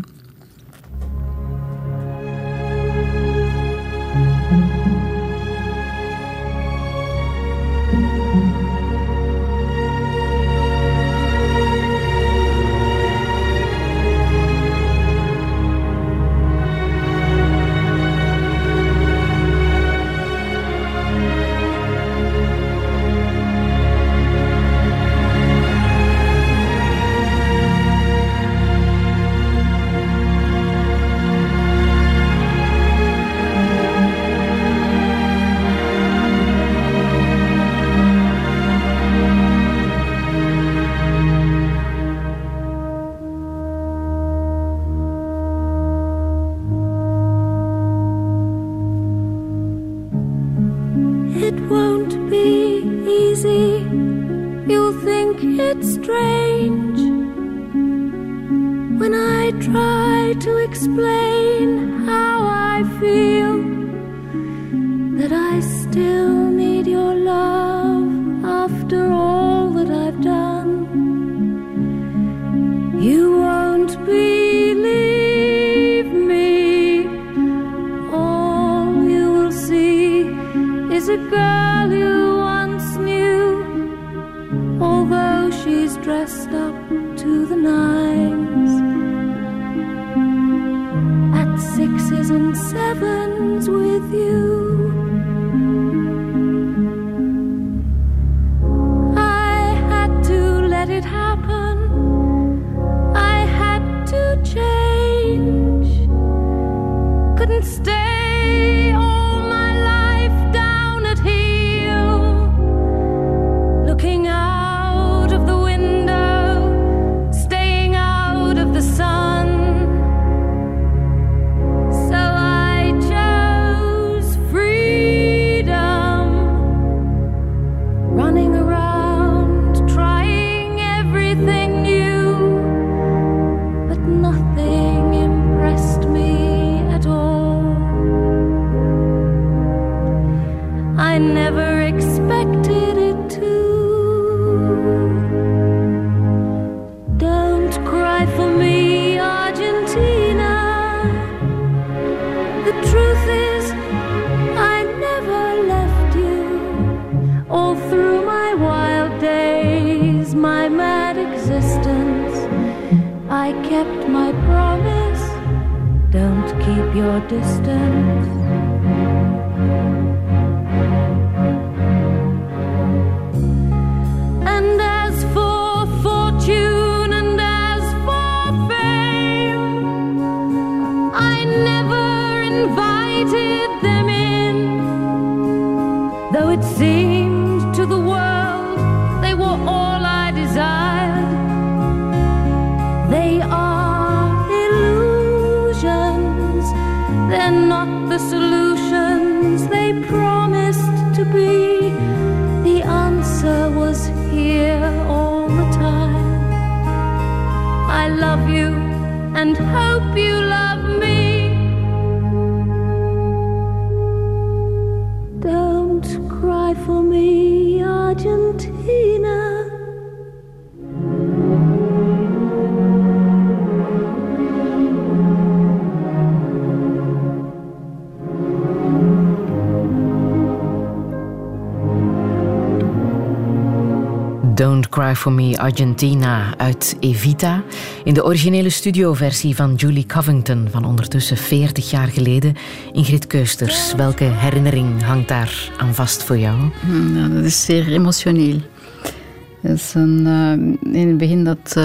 Don't Cry For Me Argentina uit Evita. In de originele studioversie van Julie Covington van ondertussen 40 jaar geleden. Ingrid Keusters, welke herinnering hangt daar aan vast voor jou? Ja, dat is zeer emotioneel. Dat is in het begin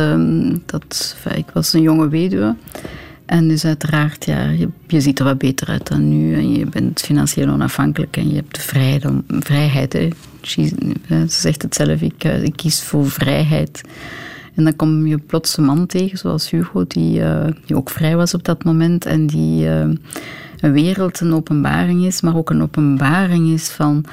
ik was een jonge weduwe. En dus uiteraard, ja, je ziet er wat beter uit dan nu. En je bent financieel onafhankelijk en je hebt de vrijheid. Hè. Ze zegt het zelf, ik kies voor vrijheid. En dan kom je plots een man tegen, zoals Hugo, die ook vrij was op dat moment. En die een wereld, een openbaring is, maar ook een openbaring is van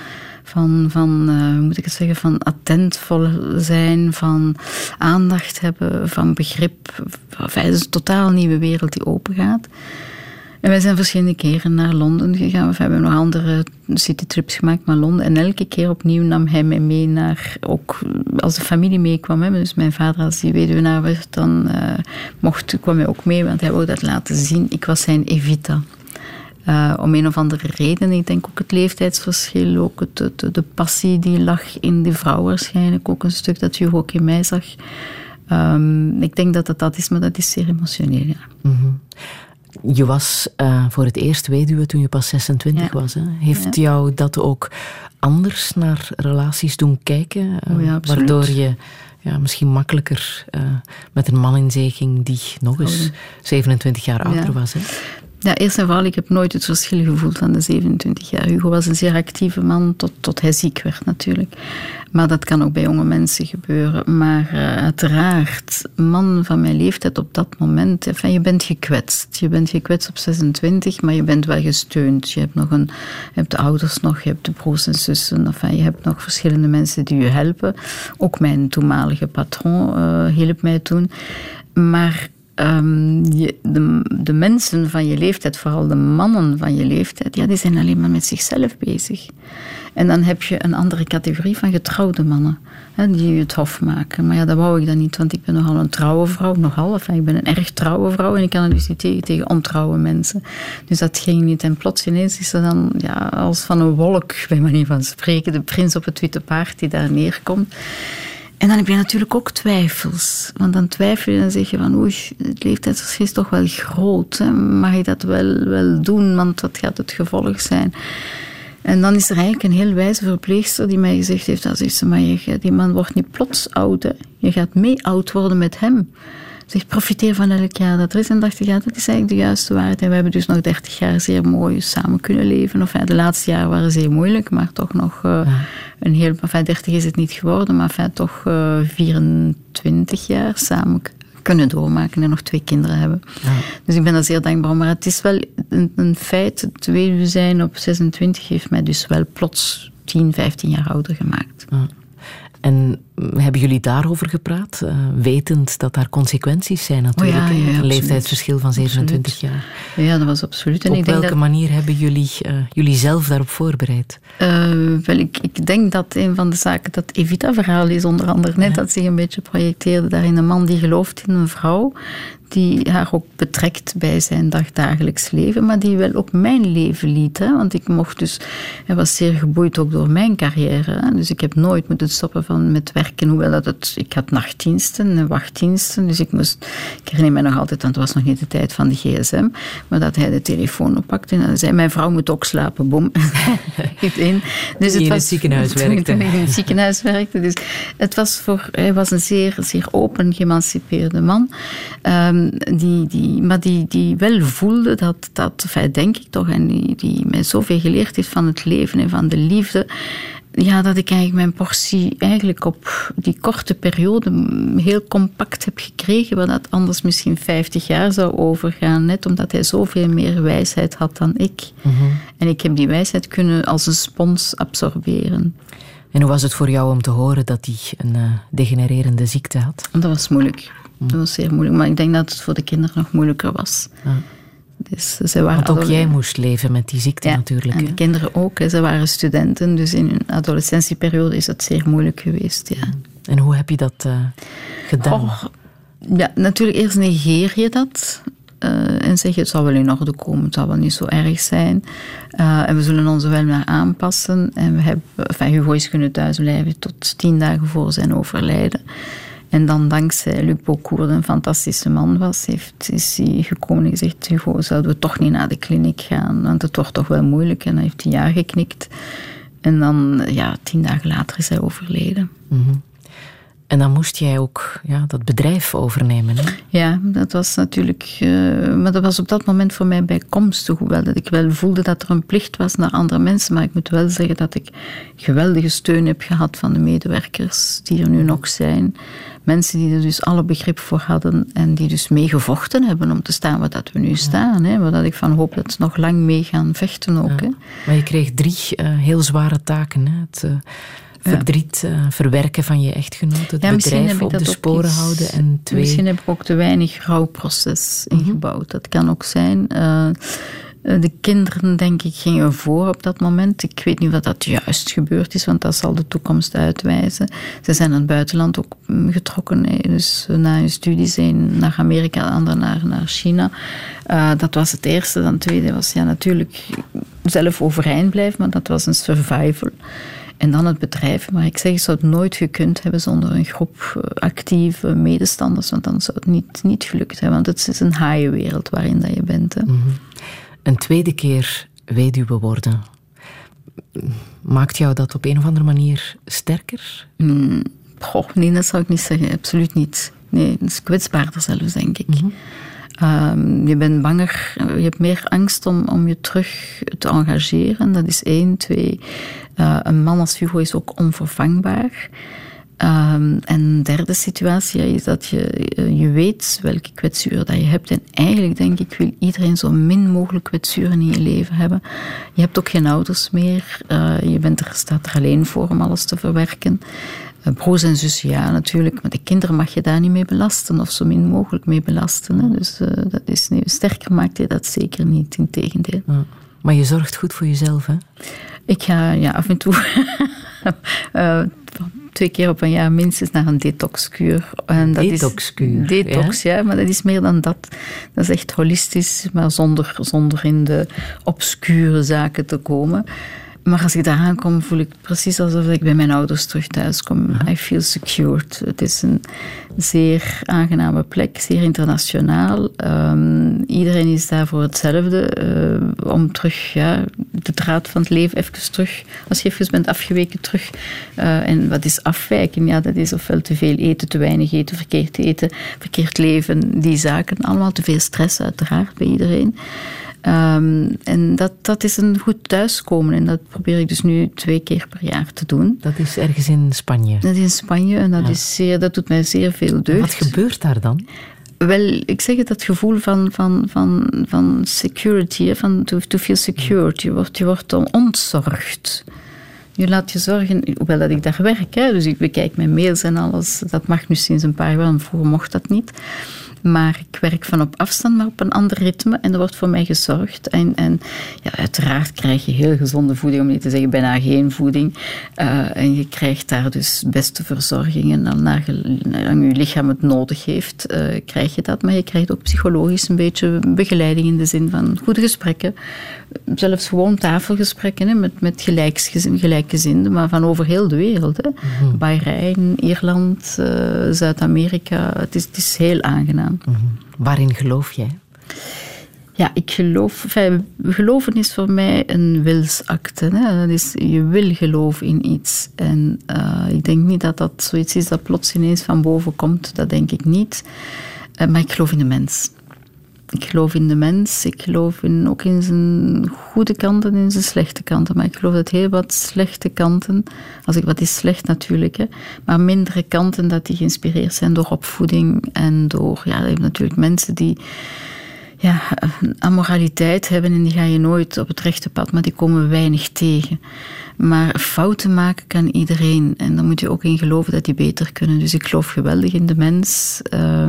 hoe moet ik het zeggen, van attentvol zijn, van aandacht hebben, van begrip. Het is een totaal nieuwe wereld die opengaat. En wij zijn verschillende keren naar Londen gegaan. We hebben nog andere citytrips gemaakt naar Londen. En elke keer opnieuw nam hij mij mee naar, ook als de familie meekwam. Hè. Dus mijn vader, als die weduwnaar werd, dan kwam hij ook mee, want hij wilde dat laten zien. Ik was zijn Evita. Om een of andere reden. Ik denk ook het leeftijdsverschil, ook de passie die lag in die vrouw waarschijnlijk. Ook een stuk dat Hugo ook in mij zag. Ik denk dat het dat is, maar dat is zeer emotioneel, ja. Mm-hmm. Je was voor het eerst weduwe toen je pas 26 was. Hè? Heeft jou dat ook anders naar relaties doen kijken? Ja, absoluut. Waardoor je misschien makkelijker met een man in zee ging die nog eens 27 jaar ouder was. Hè? Ja, eerst en vooral, ik heb nooit het verschil gevoeld van de 27 jaar. Hugo was een zeer actieve man, tot hij ziek werd natuurlijk. Maar dat kan ook bij jonge mensen gebeuren. Maar uiteraard, man van mijn leeftijd op dat moment, je bent gekwetst. Je bent gekwetst op 26, maar je bent wel gesteund. Je hebt de ouders nog, je hebt de broers en zussen. Je hebt nog verschillende mensen die je helpen. Ook mijn toenmalige patron hielp mij toen. Maar de mensen van je leeftijd, vooral de mannen van je leeftijd, die zijn alleen maar met zichzelf bezig. En dan heb je een andere categorie van getrouwde mannen, die het hof maken. Maar dat wou ik dan niet, want ik ben nogal een trouwe vrouw, ik ben een erg trouwe vrouw en ik kan er dus niet tegen ontrouwe mensen. Dus dat ging niet. En plots ineens is er dan, als van een wolk, bij manier van spreken, de prins op het witte paard die daar neerkomt. En dan heb je natuurlijk ook twijfels. Want dan twijfel je en zeg je van oei, het leeftijdsverschil is toch wel groot. Hè? Mag je dat wel doen, want wat gaat het gevolg zijn? En dan is er eigenlijk een heel wijze verpleegster die mij gezegd heeft, maar die man wordt niet plots oud. Hè? Je gaat mee oud worden met hem. Zeg, profiteer van elk jaar dat er is. En dacht ik, dat is eigenlijk de juiste waarheid. En we hebben dus nog 30 jaar zeer mooi samen kunnen leven. De laatste jaren waren zeer moeilijk, maar toch nog een heel... 30 is het niet geworden, maar toch 24 jaar samen kunnen doormaken en nog 2 kinderen hebben. Ja. Dus ik ben daar zeer dankbaar. Maar het is wel een feit, het weduwe zijn op 26 heeft mij dus wel plots 10, 15 jaar ouder gemaakt. Ja. En hebben jullie daarover gepraat? Wetend dat daar consequenties zijn natuurlijk. Een leeftijdsverschil van 27 jaar. Ja, dat was absoluut. En op welke manier hebben jullie zelf daarop voorbereid? Ik denk dat een van de zaken dat Evita-verhaal is, onder andere net, dat zich een beetje projecteerde daarin. Een man die gelooft in een vrouw, die haar ook betrekt bij zijn dagdagelijks leven, maar die wel ook mijn leven liet. Hè? Want hij was zeer geboeid ook door mijn carrière. Hè? Dus ik heb nooit moeten stoppen met werken, hoewel ik had nachtdiensten en wachtdiensten, dus ik herinner me nog altijd, want het was nog niet de tijd van de gsm, maar dat hij de telefoon oppakte en zei, mijn vrouw moet ook slapen, boem. Dus in het ziekenhuis werkte. Toen ik in het ziekenhuis werkte. Dus hij was een zeer, zeer open, geëmancipeerde man. Die wel voelde dat denk ik toch, en die mij zoveel geleerd heeft van het leven en van de liefde, dat ik eigenlijk mijn portie eigenlijk op die korte periode heel compact heb gekregen, waar dat anders misschien 50 jaar zou overgaan, net omdat hij zoveel meer wijsheid had dan ik. Mm-hmm. En ik heb die wijsheid kunnen als een spons absorberen. En hoe was het voor jou om te horen dat hij een degenererende ziekte had? Dat was moeilijk. Dat was zeer moeilijk, maar ik denk dat het voor de kinderen nog moeilijker was. Ja. Dus want ook jij moest leven met die ziekte natuurlijk. En de kinderen ook. Ze waren studenten, dus in hun adolescentieperiode is het zeer moeilijk geweest. Ja. En hoe heb je dat gedaan? Natuurlijk, eerst negeer je dat. en zeggen, het zal wel in orde komen, het zal wel niet zo erg zijn. En we zullen ons er wel naar aanpassen. En we hebben, Hugo is kunnen thuis blijven tot 10 dagen voor zijn overlijden. En dan dankzij Luc Beaucourt, een fantastische man was, is hij gekomen en gezegd, Hugo, zouden we toch niet naar de kliniek gaan? Want het wordt toch wel moeilijk. En dan heeft hij ja geknikt. En dan, 10 dagen later is hij overleden. Mm-hmm. En dan moest jij ook dat bedrijf overnemen, hè? Ja, dat was natuurlijk... maar dat was op dat moment voor mij bijkomstig. Hoewel dat ik wel voelde dat er een plicht was naar andere mensen. Maar ik moet wel zeggen dat ik geweldige steun heb gehad van de medewerkers die er nu nog zijn. Mensen die er dus alle begrip voor hadden en die dus meegevochten hebben om te staan waar dat we nu staan. Hè. Waar dat ik van hoop dat ze nog lang mee gaan vechten ook. Ja. Hè. Maar je kreeg 3 heel zware taken, hè? Het verdriet verwerken van je echtgenoot, het bedrijf op de sporen houden en 2... Misschien heb ik ook te weinig rouwproces ingebouwd. Dat kan ook zijn. De kinderen, denk ik, gingen voor op dat moment. Ik weet niet wat dat juist gebeurd is, want dat zal de toekomst uitwijzen. Ze zijn naar het buitenland ook getrokken. Dus na hun studies, een naar Amerika, de andere naar China. Dat was het eerste. Dan het tweede was natuurlijk zelf overeind blijven, maar dat was een survival. En dan het bedrijf. Maar ik zeg, ik zou het nooit gekund hebben zonder een groep actieve medestanders, want dan zou het niet gelukt hebben. Want het is een haaienwereld waarin dat je bent. Hè. Mm-hmm. Een tweede keer weduwe worden. Maakt jou dat op een of andere manier sterker? Nee, dat zou ik niet zeggen. Absoluut niet. Nee, het is kwetsbaarder zelfs, denk ik. Mm-hmm. Je bent banger, je hebt meer angst om je terug te engageren. Dat is 1. 2, een man als Hugo is ook onvervangbaar. En derde situatie is dat je weet welke kwetsuren dat je hebt. En eigenlijk denk ik, wil iedereen zo min mogelijk kwetsuren in je leven hebben. Je hebt ook geen ouders meer. Je staat er alleen voor om alles te verwerken. Broers en zussen, ja, natuurlijk. Maar de kinderen mag je daar niet mee belasten. Of zo min mogelijk mee belasten. Hè. Dus dat is sterker maakt je dat zeker niet. Integendeel. Maar je zorgt goed voor jezelf, hè? Ik ga af en toe... 2 keer op een jaar minstens naar een detoxkuur. Detoxkuur? Detox, ja, maar dat is meer dan dat. Dat is echt holistisch, maar zonder in de obscure zaken te komen. Maar als ik daar aankom, voel ik precies alsof ik bij mijn ouders terug thuis kom. I feel secured. Het is een zeer aangename plek, zeer internationaal. Iedereen is daar voor hetzelfde. Om terug, de draad van het leven even terug. Als je even bent afgeweken terug. En wat is afwijken? Ja, dat is ofwel te veel eten, te weinig eten, verkeerd leven. Die zaken, allemaal te veel stress uiteraard bij iedereen. En dat is een goed thuiskomen. En dat probeer ik dus nu 2 keer per jaar te doen. Dat is ergens in Spanje? Dat is in Spanje en dat doet mij zeer veel deugd. Wat gebeurt daar dan? Wel, ik zeg het, dat gevoel van security, van to feel secured. Je wordt ontzorgd. Je laat je zorgen, hoewel dat ik daar werk, dus ik bekijk mijn mails en alles. Dat mag nu sinds een paar jaar, vroeger mocht dat niet. Maar ik werk van op afstand, maar op een ander ritme. En er wordt voor mij gezorgd. En uiteraard krijg je heel gezonde voeding, om niet te zeggen bijna geen voeding. En je krijgt daar dus beste verzorgingen. En naar je lichaam het nodig heeft, krijg je dat. Maar je krijgt ook psychologisch een beetje begeleiding in de zin van goede gesprekken. Zelfs gewoon tafelgesprekken met gelijkgezinden, maar van over heel de wereld. Hè. Mm-hmm. Bahrein, Ierland, Zuid-Amerika. Het is heel aangenaam. Mm-hmm. Waarin geloof jij? Ja, ik geloof... geloven is voor mij een wilsakte. Hè. Dat is, je wil geloven in iets. En ik denk niet dat dat zoiets is dat plots ineens van boven komt. Dat denk ik niet. Maar ik geloof in de mens. Ik geloof in de mens. Ik geloof ook in zijn goede kanten en in zijn slechte kanten. Maar ik geloof dat heel wat slechte kanten... Wat is slecht natuurlijk, hè, maar mindere kanten dat die geïnspireerd zijn door opvoeding en door... Ja, je hebt natuurlijk mensen die... amoraliteit hebben en die ga je nooit op het rechte pad, maar die komen weinig tegen. Maar fouten maken kan iedereen en dan moet je ook in geloven dat die beter kunnen. Dus ik geloof geweldig in de mens.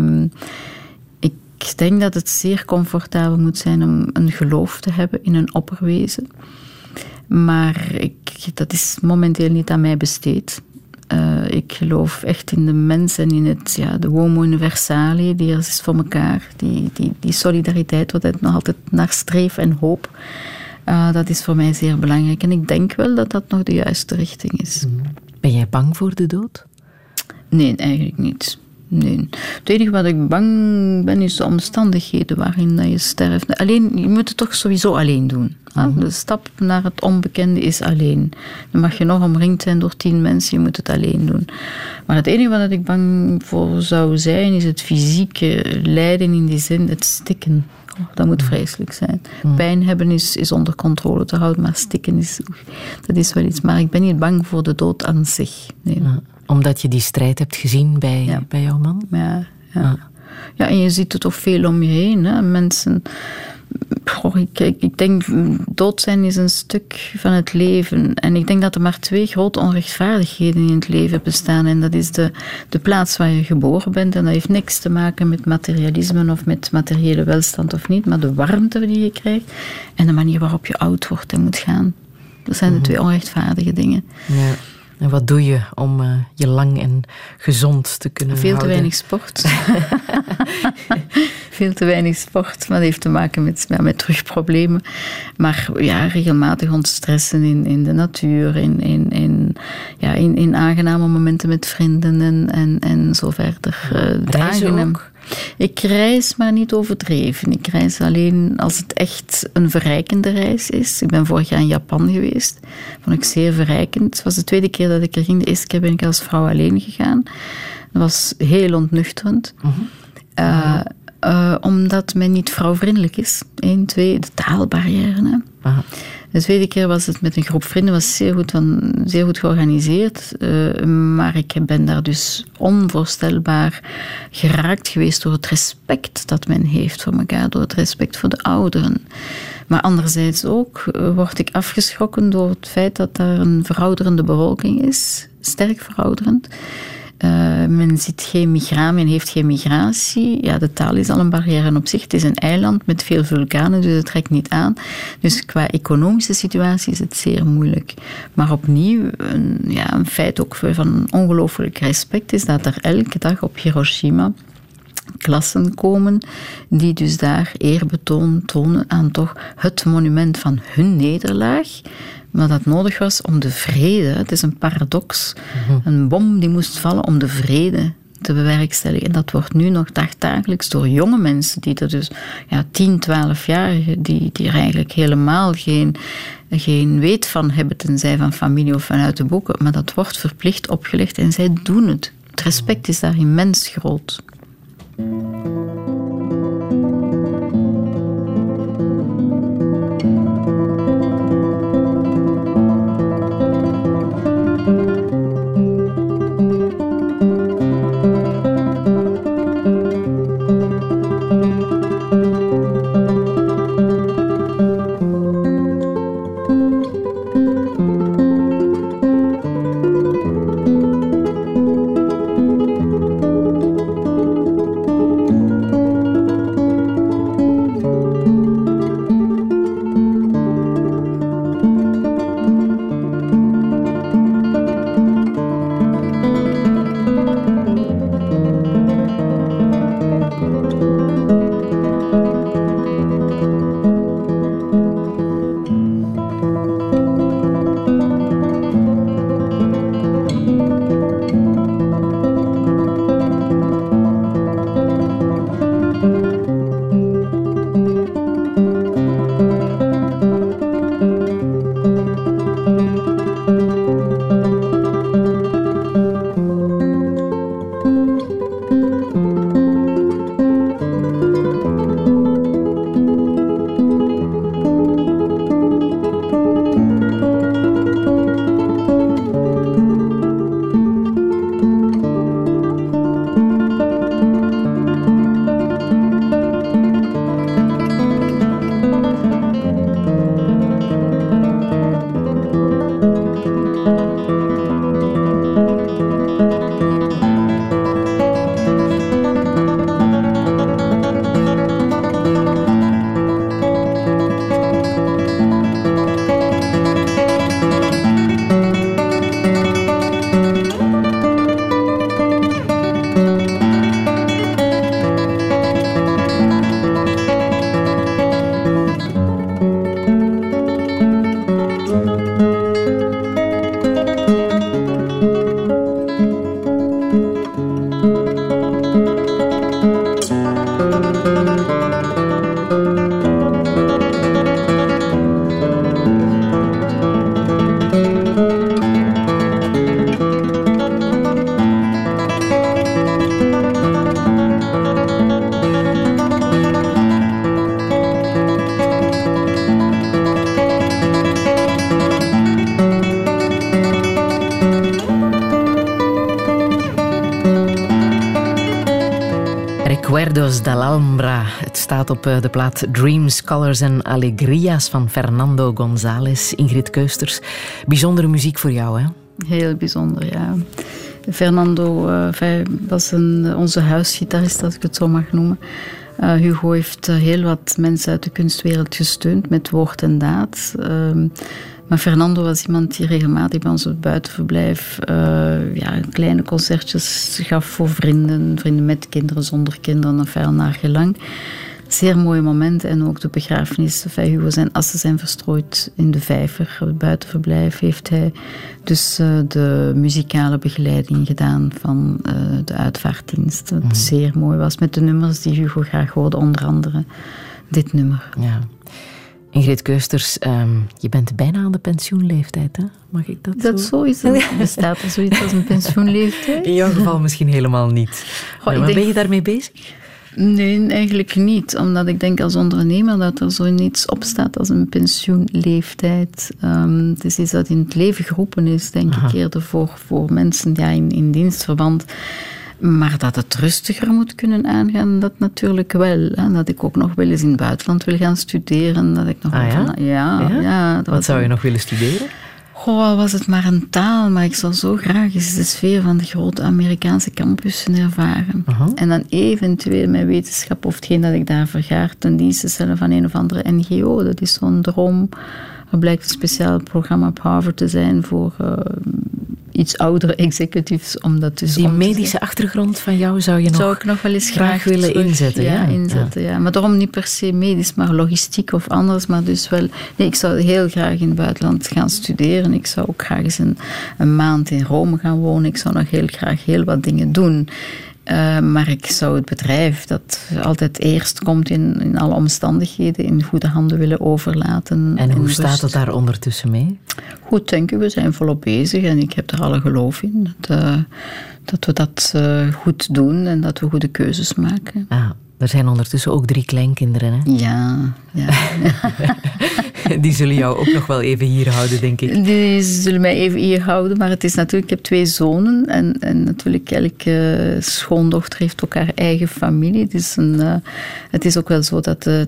Ik denk dat het zeer comfortabel moet zijn om een geloof te hebben in een opperwezen. Maar dat is momenteel niet aan mij besteed. Ik geloof echt in de mens en in de homo universale die er is voor elkaar. Die solidariteit waar ik nog altijd naar streef en hoop. Dat is voor mij zeer belangrijk. En ik denk wel dat dat nog de juiste richting is. Ben jij bang voor de dood? Nee, eigenlijk niet. Nee. Het enige wat ik bang ben, is de omstandigheden waarin je sterft. Alleen, je moet het toch sowieso alleen doen. De stap naar het onbekende is alleen. Dan mag je nog omringd zijn door 10 mensen, je moet het alleen doen. Maar het enige wat ik bang voor zou zijn, is het fysieke lijden in die zin, het stikken. Dat moet vreselijk zijn. Pijn hebben is onder controle te houden, maar stikken dat is wel iets. Maar ik ben niet bang voor de dood aan zich. Nee. Omdat je die strijd hebt gezien bij jouw man? Ja, en je ziet het toch veel om je heen. Hè? Mensen... Ik denk, dood zijn is een stuk van het leven. En ik denk dat er maar 2 grote onrechtvaardigheden in het leven bestaan. En dat is de plaats waar je geboren bent. En dat heeft niks te maken met materialisme of met materiële welstand of niet. Maar de warmte die je krijgt en de manier waarop je oud wordt en moet gaan. Dat zijn de 2 onrechtvaardige dingen. Ja. En wat doe je om je lang en gezond te kunnen houden? Veel te weinig sport. Veel te weinig sport. Maar dat heeft te maken met rugproblemen. Maar ja, regelmatig ontstressen in de natuur. In aangename momenten met vrienden en zo verder. Reizen ook? Ik reis, maar niet overdreven. Ik reis alleen als het echt een verrijkende reis is. Ik ben vorig jaar in Japan geweest. Vond ik zeer verrijkend. Het was de 2e keer dat ik er ging. De eerste keer ben ik als vrouw alleen gegaan. Dat was heel ontnuchterend. Omdat men niet vrouwvriendelijk is. 1, 2, de taalbarrière. De 2e keer was het met een groep vrienden, was zeer goed georganiseerd. Maar ik ben daar dus onvoorstelbaar geraakt geweest door het respect dat men heeft voor elkaar, door het respect voor de ouderen. Maar anderzijds ook word ik afgeschrokken door het feit dat daar een verouderende bevolking is, sterk verouderend. Men heeft geen migratie. Ja, de taal is al een barrière op zich. Het is een eiland met veel vulkanen, dus het trekt niet aan. Dus qua economische situatie is het zeer moeilijk. Maar opnieuw, een feit ook van ongelooflijk respect is dat er elke dag op Hiroshima klassen komen die dus daar eerbetoon tonen aan toch het monument van hun nederlaag. Maar dat nodig was om de vrede, het is een paradox, een bom die moest vallen om de vrede te bewerkstelligen. En dat wordt nu nog dagdagelijks door jonge mensen, die er dus 10, 12-jarigen, die er eigenlijk helemaal geen weet van hebben, tenzij van familie of vanuit de boeken, maar dat wordt verplicht opgelegd en zij doen het. Het respect is daar immens groot. Recuerdos de l'Alhambra. Het staat op de plaat Dreams, Colors en Alegrias van Fernando González. Ingrid Keusters, bijzondere muziek voor jou, hè? Heel bijzonder, ja. Fernando was onze huisgitarist, als ik het zo mag noemen. Hugo heeft heel wat mensen uit de kunstwereld gesteund met woord en daad. Maar Fernando was iemand die regelmatig bij ons op het buitenverblijf kleine concertjes gaf voor vrienden met kinderen, zonder kinderen, enfin, naar gelang. Zeer mooie momenten en ook de begrafenis. Hugo, zijn assen zijn verstrooid in de vijver. Op het buitenverblijf heeft hij dus de muzikale begeleiding gedaan van de uitvaartdienst. Wat zeer mooi was met de nummers die Hugo graag hoorde, onder andere dit nummer. Ja. Ingrid Keusters, je bent bijna aan de pensioenleeftijd, hè? Mag ik dat zo? Bestaat er zoiets als een pensioenleeftijd? In jouw geval misschien helemaal niet. Ben je daarmee bezig? Nee, eigenlijk niet. Omdat ik denk als ondernemer dat er zoiets op staat als een pensioenleeftijd. Het is iets dat in het leven geroepen is, denk ik, eerder voor mensen in dienstverband. Maar dat het rustiger moet kunnen aangaan, dat natuurlijk wel. Hè. Dat ik ook nog wel eens in het buitenland wil gaan studeren. Dat ik nog Wat zou je nog willen studeren? Goh, was het maar een taal, maar ik zou zo graag eens de sfeer van de grote Amerikaanse campussen ervaren. En dan eventueel mijn wetenschap of hetgeen dat ik daar vergaar ten dienste stellen van een of andere NGO. Dat is zo'n droom. Er blijkt een speciaal programma op Harvard te zijn voor iets oudere executives. Dus die medische achtergrond van jou zou ik nog wel eens graag willen inzetten. Ja. Maar daarom niet per se medisch, maar logistiek of anders. Maar dus wel, nee, ik zou heel graag in het buitenland gaan studeren. Ik zou ook graag eens een maand in Rome gaan wonen. Ik zou nog heel graag heel wat dingen doen. Maar ik zou het bedrijf dat altijd eerst komt in alle omstandigheden in goede handen willen overlaten. En hoe staat het daar ondertussen mee? Goed, denk ik. We zijn volop bezig en ik heb er alle geloof in dat we dat goed doen en dat we goede keuzes maken. Er zijn ondertussen ook 3 kleinkinderen, hè? Ja. Die zullen jou ook nog wel even hier houden, denk ik. Die zullen mij even hier houden, maar het is natuurlijk, ik heb 2 zonen en natuurlijk elke schoondochter heeft ook haar eigen familie. Dus het is ook wel zo dat de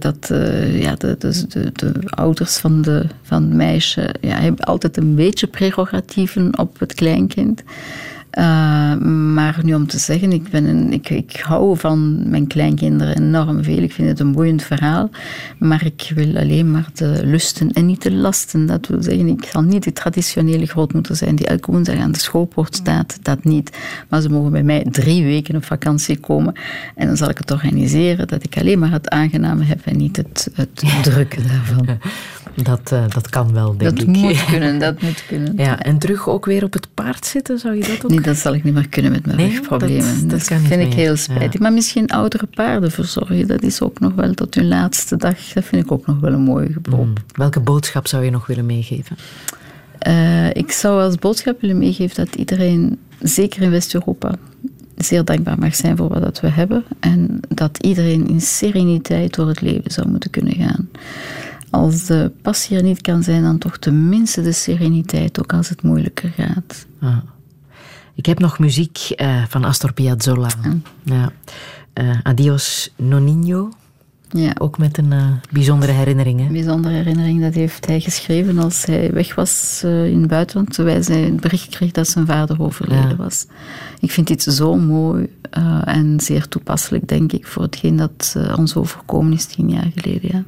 ouders van het meisje hebben altijd een beetje prerogatieven op het kleinkind. Maar nu om te zeggen, ik hou van mijn kleinkinderen enorm veel. Ik vind het een boeiend verhaal. Maar ik wil alleen maar de lusten en niet de lasten. Dat wil zeggen, ik zal niet de traditionele grootmoeder zijn die elke woensdag aan de schoolpoort staat. Dat niet. Maar ze mogen bij mij 3 weken op vakantie komen. En dan zal ik het organiseren dat ik alleen maar het aangename heb en niet het drukke daarvan. Dat kan wel, denk ik. Dat moet kunnen. Ja, en terug ook weer op het paard zitten, zou je dat ook? Nee, dat zal ik niet meer kunnen met mijn rugproblemen. Dat vind ik heel spijtig. Ja. Maar misschien oudere paarden verzorgen, dat is ook nog wel tot hun laatste dag. Dat vind ik ook nog wel een mooie beroep. Welke boodschap zou je nog willen meegeven? Ik zou als boodschap willen meegeven dat iedereen, zeker in West-Europa, zeer dankbaar mag zijn voor wat we hebben. En dat iedereen in sereniteit door het leven zou moeten kunnen gaan. Als de passie er niet kan zijn, dan toch tenminste de sereniteit, ook als het moeilijker gaat. Ik heb nog muziek van Astor Piazzolla. Adios Nonino. Ja. Ook met een bijzondere herinnering. Hè? Een bijzondere herinnering, dat heeft hij geschreven als hij weg was in het buitenland. Terwijl hij het bericht kreeg dat zijn vader overleden was. Ik vind dit zo mooi en zeer toepasselijk, denk ik, voor hetgeen dat ons overkomen is 10 jaar geleden. Ja.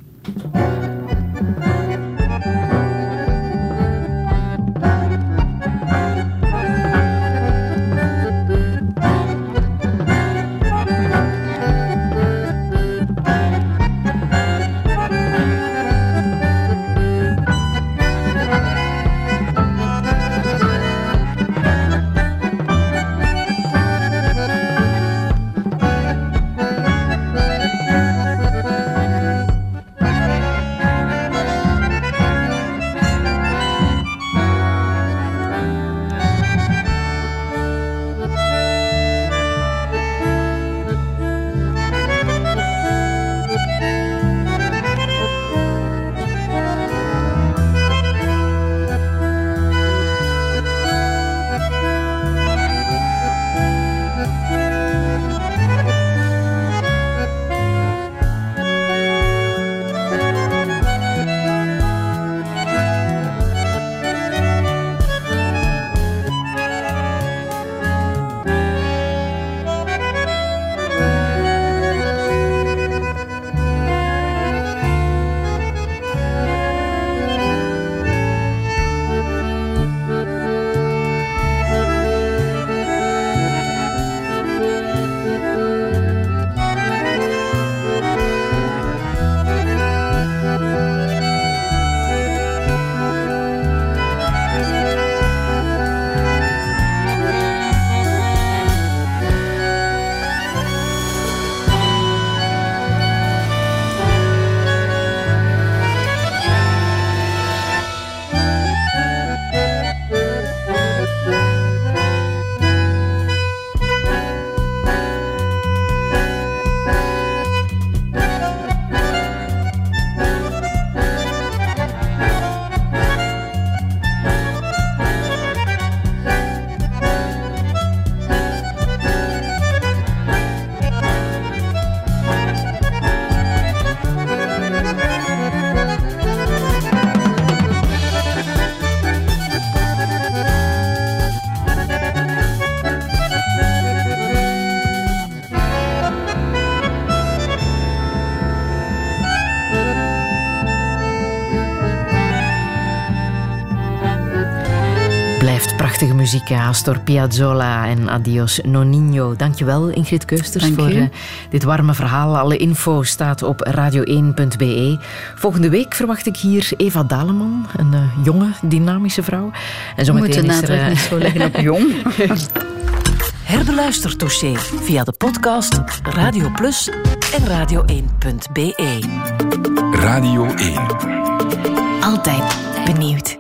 Prachtige muziek, Astor Piazzolla en Adios Nonino. Dankjewel, Ingrid Keusters, voor dit warme verhaal. Alle info staat op radio1.be. Volgende week verwacht ik hier Eva Daleman, een jonge, dynamische vrouw. En We moeten de nadruk niet zo leggen op jong. Herbeluister Touché via de podcast Radio Plus en radio1.be. Radio 1. Altijd benieuwd.